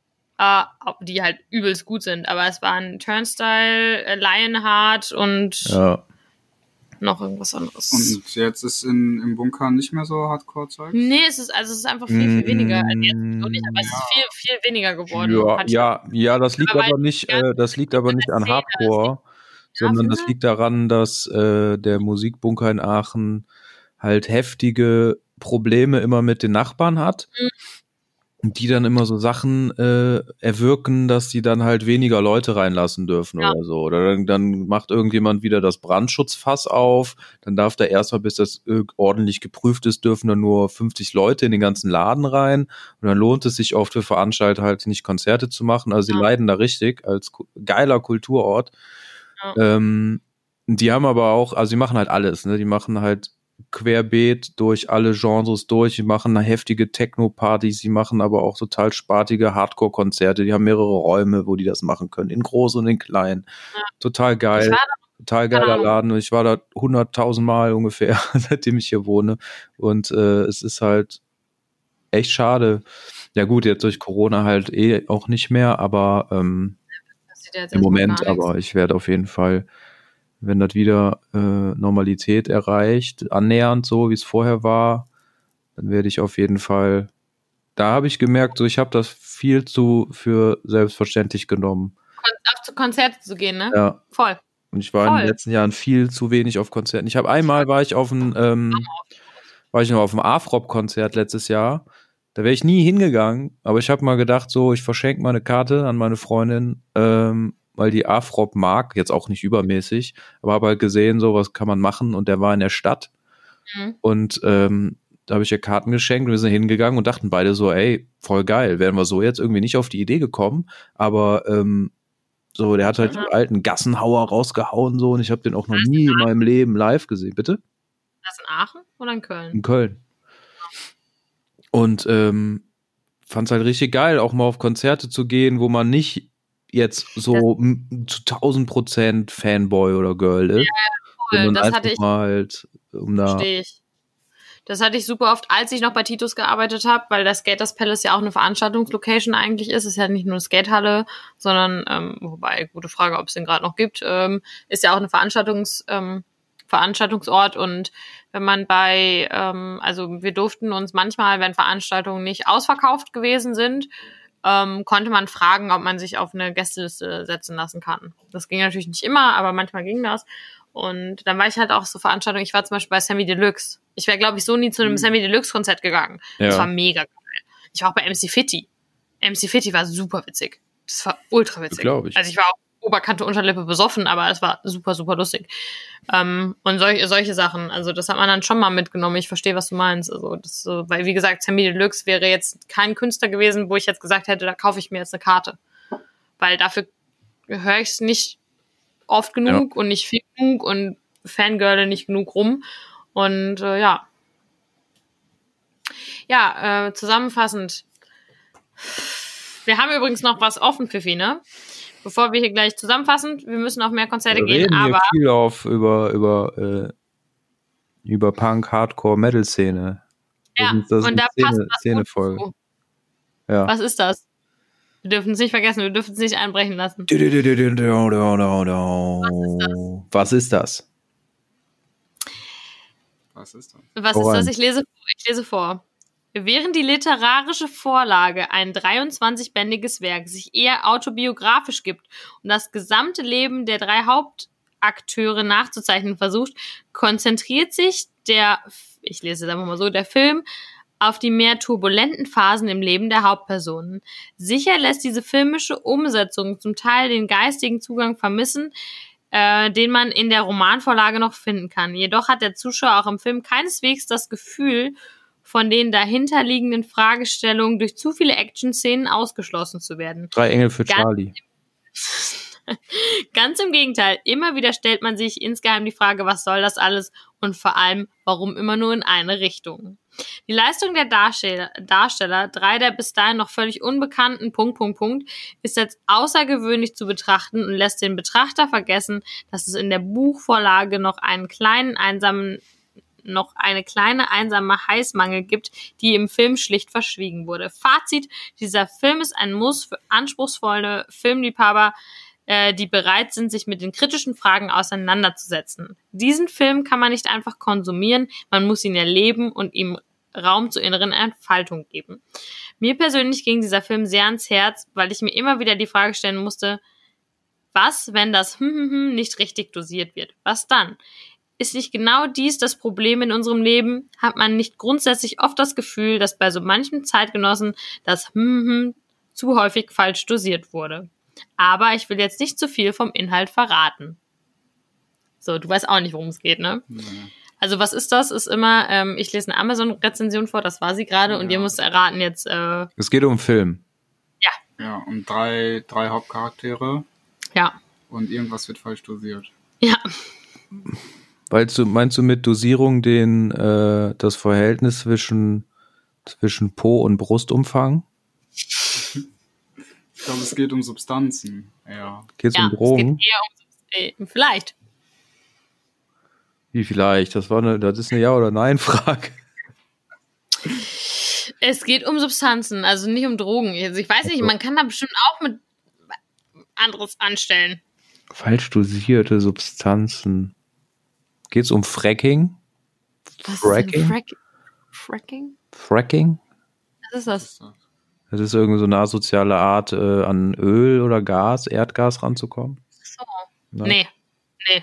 Die halt übelst gut sind. Aber es waren Turnstile, Lionheart und noch irgendwas anderes.
Und jetzt ist im Bunker nicht mehr so Hardcore-Zeug?
Nee, es ist einfach viel, viel weniger. Also jetzt so nicht, aber es ist viel, viel weniger geworden.
Ja, das liegt aber nicht, an Hardcore, sondern das liegt daran, dass der Musikbunker in Aachen halt heftige Probleme immer mit den Nachbarn hat. Und die dann immer so Sachen erwirken, dass die dann halt weniger Leute reinlassen dürfen oder so. Oder dann macht irgendjemand wieder das Brandschutzfass auf, dann darf da erstmal, bis das ordentlich geprüft ist, dürfen dann nur 50 Leute in den ganzen Laden rein. Und dann lohnt es sich oft für Veranstalter halt nicht Konzerte zu machen. Also sie leiden da richtig als geiler Kulturort. Ja. Die haben aber auch, also sie machen halt alles, ne? Die machen halt querbeet durch alle Genres durch. Die machen heftige Techno-Partys, die machen aber auch total spartige Hardcore-Konzerte. Die haben mehrere Räume, wo die das machen können, in groß und in klein. Ja. Total geil. Total geiler Laden. Und ich war da 100.000 Mal ungefähr, seitdem ich hier wohne. Und es ist halt echt schade. Ja gut, jetzt durch Corona halt auch nicht mehr, aber im Moment, aber ich werde auf jeden Fall, wenn das wieder Normalität erreicht, annähernd so, wie es vorher war, dann werde ich auf jeden Fall, da habe ich gemerkt, so ich habe das viel zu für selbstverständlich genommen.
Auch zu Konzerten zu gehen, ne?
Ja.
Voll.
Und ich war in den letzten Jahren viel zu wenig auf Konzerten. Ich habe einmal war ich noch auf dem Afrop-Konzert letztes Jahr. Da wäre ich nie hingegangen, aber ich habe mal gedacht, so, ich verschenke mal eine Karte an meine Freundin, weil die Afrop mag, jetzt auch nicht übermäßig, aber habe halt gesehen, so, was kann man machen, und der war in der Stadt. Und da habe ich ihr Karten geschenkt und wir sind hingegangen und dachten beide so, ey, voll geil, wären wir so jetzt irgendwie nicht auf die Idee gekommen, aber so, der hat halt die alten Gassenhauer rausgehauen so, und ich habe den auch noch nie in meinem Leben live gesehen. Bitte?
Das in Aachen oder in Köln?
In Köln. Und fand's halt richtig geil, auch mal auf Konzerte zu gehen, wo man nicht jetzt so zu 1000% Fanboy oder Girl ist.
Ja, voll.
Das hatte ich mal halt,
verstehe ich. Das hatte ich super oft, als ich noch bei Titus gearbeitet habe, weil das Skaters Palace ja auch eine Veranstaltungslocation eigentlich ist. Es ist ja nicht nur eine Skatehalle, sondern, wobei, gute Frage, ob es den gerade noch gibt, ist ja auch eine Veranstaltungsort. Und wenn man also wir durften uns manchmal, wenn Veranstaltungen nicht ausverkauft gewesen sind, konnte man fragen, ob man sich auf eine Gästeliste setzen lassen kann. Das ging natürlich nicht immer, aber manchmal ging das. Und dann war ich halt auch so Veranstaltungen, ich war zum Beispiel bei Sammy Deluxe. Ich wäre, glaube ich, so nie zu einem Sammy Deluxe-Konzert gegangen. Ja. Das war mega geil. Ich war auch bei MC Fitti. MC Fitti war super witzig. Das war ultra witzig.
Glaube ich.
Also ich war auch Oberkante, Unterlippe besoffen, aber es war super, super lustig. Und solche Sachen, also das hat man dann schon mal mitgenommen. Ich verstehe, was du meinst. Also das, weil wie gesagt, Sammy Deluxe wäre jetzt kein Künstler gewesen, wo ich jetzt gesagt hätte, da kaufe ich mir jetzt eine Karte. Weil dafür höre ich es nicht oft genug und nicht viel genug und fangirle nicht genug rum. Und zusammenfassend. Wir haben übrigens noch was offen, Pfiffi, ne? Bevor wir hier gleich zusammenfassen, wir müssen auf mehr Konzerte gehen, aber
viel über Punk, Hardcore, Metal-Szene.
Ja, und da passt was Szene-Folge. Gut zu. Ja. Was ist das? Wir dürfen es nicht vergessen, wir dürfen es nicht einbrechen lassen.
Was ist das?
Ich lese vor. Während die literarische Vorlage, ein 23-bändiges Werk, sich eher autobiografisch gibt und das gesamte Leben der 3 Hauptakteure nachzuzeichnen versucht, konzentriert sich der Film auf die mehr turbulenten Phasen im Leben der Hauptpersonen. Sicher lässt diese filmische Umsetzung zum Teil den geistigen Zugang vermissen, den man in der Romanvorlage noch finden kann. Jedoch hat der Zuschauer auch im Film keineswegs das Gefühl von den dahinterliegenden Fragestellungen durch zu viele Action-Szenen ausgeschlossen zu werden.
3 Engel für
Ganz-
Charlie.
Ganz im Gegenteil, immer wieder stellt man sich insgeheim die Frage, was soll das alles und vor allem, warum immer nur in eine Richtung. Die Leistung der Darsteller, 3 der bis dahin noch völlig unbekannten ... ist als außergewöhnlich zu betrachten und lässt den Betrachter vergessen, dass es in der Buchvorlage noch eine kleine einsame Heißmangel gibt, die im Film schlicht verschwiegen wurde. Fazit, dieser Film ist ein Muss für anspruchsvolle Filmliebhaber, die bereit sind, sich mit den kritischen Fragen auseinanderzusetzen. Diesen Film kann man nicht einfach konsumieren, man muss ihn erleben und ihm Raum zur inneren Entfaltung geben. Mir persönlich ging dieser Film sehr ans Herz, weil ich mir immer wieder die Frage stellen musste, was, wenn das nicht richtig dosiert wird? Was dann? Ist nicht genau dies das Problem in unserem Leben? Hat man nicht grundsätzlich oft das Gefühl, dass bei so manchem Zeitgenossen das zu häufig falsch dosiert wurde? Aber ich will jetzt nicht zu viel vom Inhalt verraten. So, du weißt auch nicht, worum es geht, ne?
Nee.
Also was ist das? Ist immer, ich lese eine Amazon-Rezension vor, das war sie gerade, und
Ja.
ihr müsst erraten jetzt,
Es geht um einen Film.
Ja, und drei Hauptcharaktere
ja.
und irgendwas wird falsch dosiert.
Ja,
Meinst du mit Dosierung das Verhältnis zwischen Po und Brustumfang?
Ich glaube, es geht um Substanzen. Ja.
Geht es
ja,
um Drogen?
es geht eher um, vielleicht.
Wie vielleicht? Das ist eine Ja- oder Nein-Frage.
Es geht um Substanzen, also nicht um Drogen. Also ich weiß nicht, man kann da bestimmt auch mit anderes anstellen.
Falsch dosierte Substanzen. Geht es um Fracking?
Was
Fracking?
ist denn Fracking?
Fracking?
Was ist das?
Das ist irgendwie so eine asoziale Art, an Öl oder Erdgas ranzukommen.
So.
Ne?
Nee.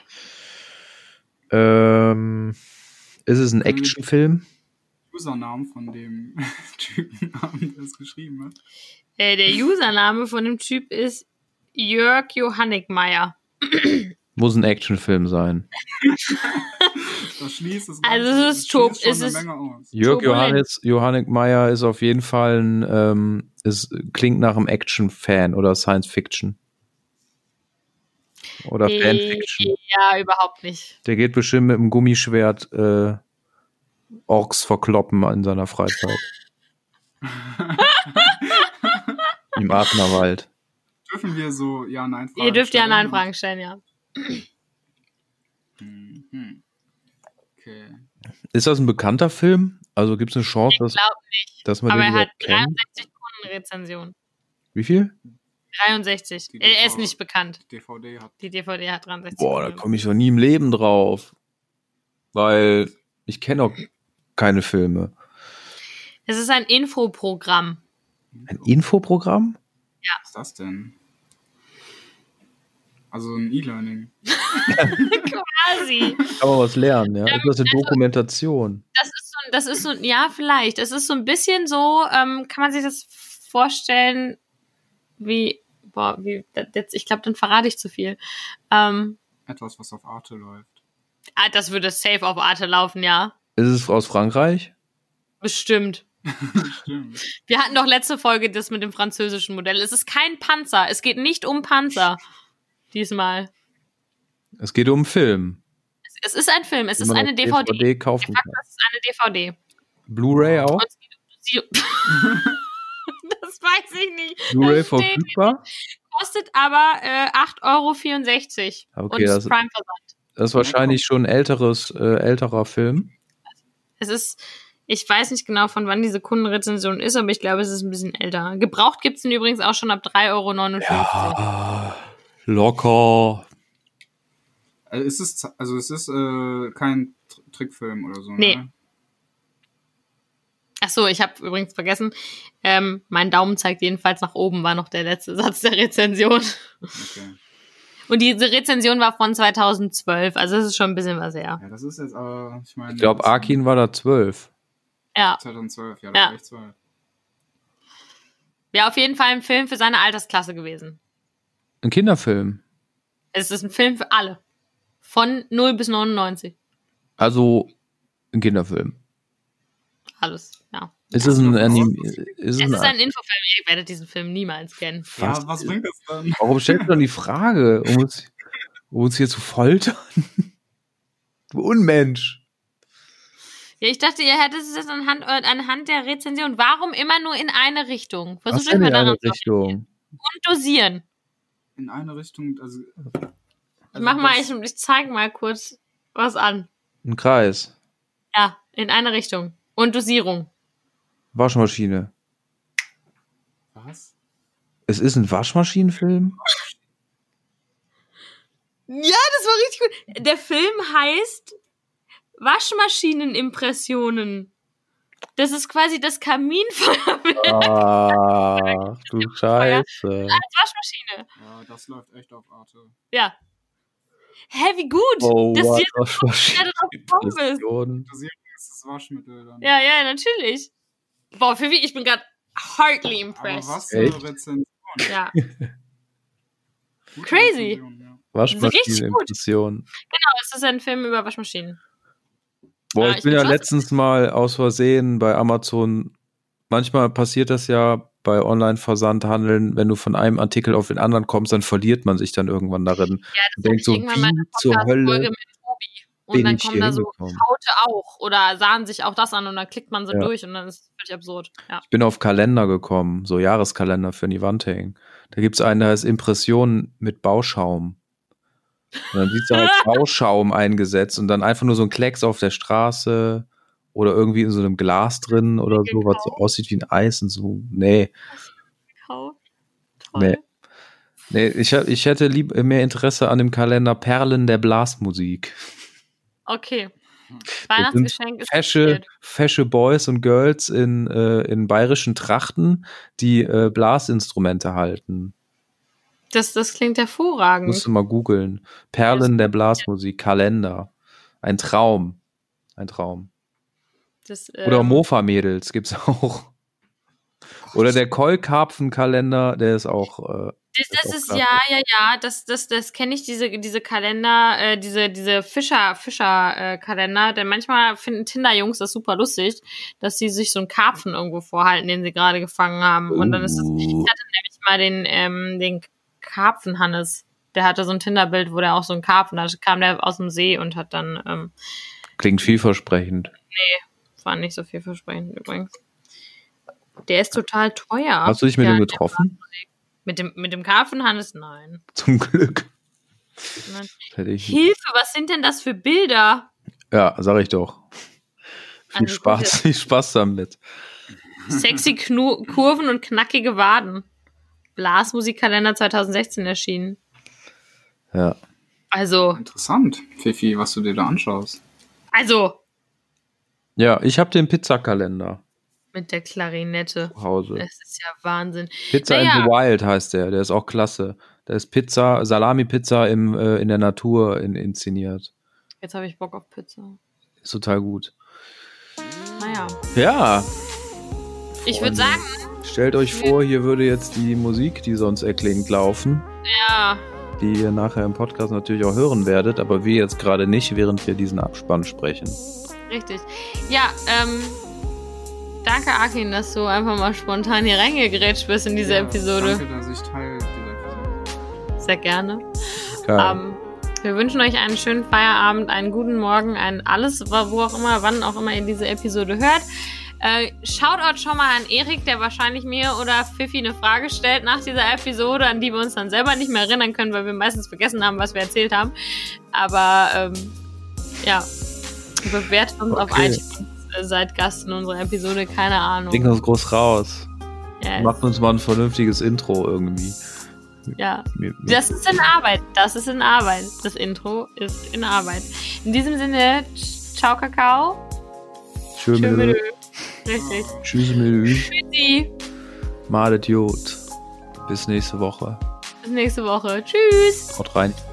Ist es ein Actionfilm?
Usernamen von dem Typen haben, der es geschrieben hat.
Der Username von dem Typ ist Jörg Johannigmeier.
Muss ein Actionfilm sein.
Das schließt es
Also
Ganze-
es ist top,
schließt schon
es
eine
ist-
Menge aus.
Jörg
Turbulent.
Johannigmeier ist auf jeden Fall klingt nach einem Action-Fan oder Science-Fiction. Oder Fanfiction.
Ja, überhaupt nicht.
Der geht bestimmt mit einem Gummischwert Orks verkloppen in seiner Freizeit. Im Aachener
Dürfen wir so Ja-Nein-Fragen
Ihr dürft ja
stellen?
Nein-Fragen stellen, ja.
Mhm. Okay.
Ist das ein bekannter Film? Also gibt es eine Chance,
Ich glaube nicht.
dass man
Aber
den
er hat
überhaupt kennt?
63 Kundenrezensionen.
Wie viel?
63.
Die
Er ist
TV.
nicht bekannt.
DVD hat.
Die DVD hat 63
Boah, da
Kunden.
komme ich doch nie im Leben drauf. Weil ich kenne auch keine Filme.
Es ist ein Infoprogramm.
Ein Infoprogramm?
Was ist das denn? Also ein E-Learning.
Quasi.
Kann man was lernen, ja? Ist das eine Dokumentation?
Das ist so, ja, vielleicht. Es ist so ein bisschen so, kann man sich das vorstellen, jetzt, ich glaube, dann verrate ich zu viel.
Etwas, was auf Arte läuft.
Das würde safe auf Arte laufen, ja.
Ist es aus Frankreich?
Bestimmt.
Stimmt.
Wir hatten doch letzte Folge das mit dem französischen Modell. Es ist kein Panzer. Es geht nicht um Panzer. Diesmal.
Es geht um einen Film.
Es ist ein Film. Es
den
ist
man
eine
auf
DVD.
DVD kaufen kann.
Das ist eine DVD.
Blu-ray auch?
Und es geht um das weiß ich nicht.
Blu-ray
Das steht-
verfügbar?
Kostet aber 8,64 €.
Okay,
und
das-
ist Prime-Versand.
Das ist wahrscheinlich schon ein älterer Film.
Es ist, ich weiß nicht genau, von wann diese Kundenrezension ist, aber ich glaube, es ist ein bisschen älter. Gebraucht gibt es den übrigens auch schon ab 3,59 €.
Ah, locker.
Es ist kein Trickfilm oder so.
Nee.
Ne?
Ach so, ich habe übrigens vergessen, mein Daumen zeigt jedenfalls nach oben, war noch der letzte Satz der Rezension.
Okay.
Und diese Rezension war von 2012, also das ist schon ein bisschen was her.
Ja, das ist jetzt aber, ich meine.
Ich glaube, Arkin war da 12.
Ja,
2012, ja,
Ja.
da war ich 12.
wäre auf jeden Fall ein Film für seine Altersklasse gewesen.
Ein Kinderfilm.
Es ist ein Film für alle. Von 0 bis 99.
Also ein Kinderfilm.
alles, ja.
Ist es ein
Es ist ein Infofilm, ihr werdet diesen Film niemals kennen.
Ja, was bringt das dann?
Warum stellst du dann die Frage, um uns hier zu foltern? Du Unmensch.
Ja, ich dachte, ihr hättet es jetzt anhand der Rezension. Warum immer nur in eine Richtung?
Was
Versucht euch
denn
mal
in eine
daran zu
Richtung?
und dosieren.
In eine Richtung, also
Ich zeige mal kurz was an.
Ein Kreis.
Ja, in eine Richtung. Und Dosierung.
Waschmaschine.
Was?
Es ist ein Waschmaschinenfilm?
Ja, das war richtig gut. Der Film heißt Waschmaschinenimpressionen. Das ist quasi das Kaminfeuerwerk
Ach, du Scheiße.
als Waschmaschine.
Ja, das läuft echt auf Arte.
Ja. Hä, wie gut,
Oh,
dass
what,
dir das drauf gekommen ist.
Waschmaschinenimpression.
Das ist das Waschmittel dann.
Ja, natürlich. Boah, Vivi, ich bin gerade hardly impressed.
Aber was für eine
Echt?
Rezension.
Ja.
Gute
Crazy.
Rezension, ja.
Waschmaschinenimpression.
Es ist ein Film über Waschmaschinen.
Boah,
Ja,
ich
ich
bin
bin
ja
fast-
letztens mal aus Versehen bei Amazon. Manchmal passiert das ja bei Online-Versandhandeln, wenn du von einem Artikel auf den anderen kommst, dann verliert man sich dann irgendwann darin.
Ja, das
Und denkt so,
irgendwann mal in
wie
einer
zur
Podcast-Folge
Hölle
mit Tobi. Und
bin
dann
ich
kommen
hier
da so
hingekommen?
Haute auch oder sahen sich auch das an und dann klickt man so
Ja.
durch und dann ist es völlig absurd. Ja.
Ich bin auf Kalender gekommen, so Jahreskalender für an die Wand hängen. Da gibt's einen, der heißt Impressionen mit Bauschaum. Und dann siehst du halt Bauschaum eingesetzt und dann einfach nur so ein Klecks auf der Straße oder irgendwie in so einem Glas drin oder so, was so aussieht wie ein Eis und so. Nee,
Toll.
nee, ich hätte mehr Interesse an dem Kalender Perlen der Blasmusik.
Okay.
Das
Weihnachtsgeschenk ist passiert.
fesche Boys und Girls in bayerischen Trachten, die Blasinstrumente halten.
Das klingt hervorragend.
Musst du mal googeln. Perlen der Blasmusik, Kalender. Ein Traum. Ein Traum.
Das,
Oder Mofa-Mädels gibt's auch. Oder der Keukarpfenkalender, der ist auch.
Das ist,
klasse.
ja, das kenne ich, diese Kalender, diese Fischer-Kalender, denn manchmal finden Tinder-Jungs das super lustig, dass sie sich so einen Karpfen irgendwo vorhalten, den sie gerade gefangen haben. Und dann ist es, ich hatte nämlich mal den Karpfen-Hannes, der hatte so ein Tinder-Bild, wo der auch so ein Karpfen, da kam der aus dem See und hat dann,
Klingt vielversprechend.
war nicht so vielversprechend übrigens. Der ist total teuer.
Hast du dich mit
Ja,
ihm getroffen?
Mit dem Karpfen-Hannes? Nein.
Zum Glück.
Nein.
Hätte ich.
Hilfe, was sind denn das für Bilder?
Ja, sag ich doch. Viel
Also,
Spaß, viel Spaß damit.
Sexy Kurven und knackige Waden. Blasmusikkalender 2016 erschienen.
Ja.
Also,
Interessant, Fifi, was du dir da anschaust.
Ja, ich habe den Pizzakalender
mit der Klarinette.
zu Hause.
Das ist ja Wahnsinn.
Pizza in the Wild heißt der ist auch klasse. Da ist Salami-Pizza in der Natur inszeniert.
Jetzt habe ich Bock auf Pizza.
Ist total gut.
Naja.
Ja,
Ich würde sagen,
stellt euch vor, hier würde jetzt die Musik, die sonst erklingt, laufen,
ja,
die ihr nachher im Podcast natürlich auch hören werdet, aber wir jetzt gerade nicht, während wir diesen Abspann sprechen.
richtig. Ja, danke Akin, dass du einfach mal spontan hier reingegrätscht bist in diese Episode.
Danke, dass ich Teil dieser Episode.
Sehr gerne.
Geil.
Wir wünschen euch einen schönen Feierabend, einen guten Morgen, alles, wo auch immer, wann auch immer ihr diese Episode hört. Shoutout schon mal an Erik, der wahrscheinlich mir oder Fifi eine Frage stellt nach dieser Episode, an die wir uns dann selber nicht mehr erinnern können, weil wir meistens vergessen haben, was wir erzählt haben. Aber ja, bewertet uns auf iTunes, seid Gast in unserer Episode, keine Ahnung.
Ding das groß raus.
Yes.
Macht uns mal ein vernünftiges Intro irgendwie.
Ja, das ist in Arbeit. Das Intro ist in Arbeit. In diesem Sinne, ciao Kakao.
Tschö
Menü. Richtig.
Tschüss Menü.
Tschüssi.
Malet Jod. Bis nächste Woche.
Bis nächste Woche. Tschüss.
Haut rein.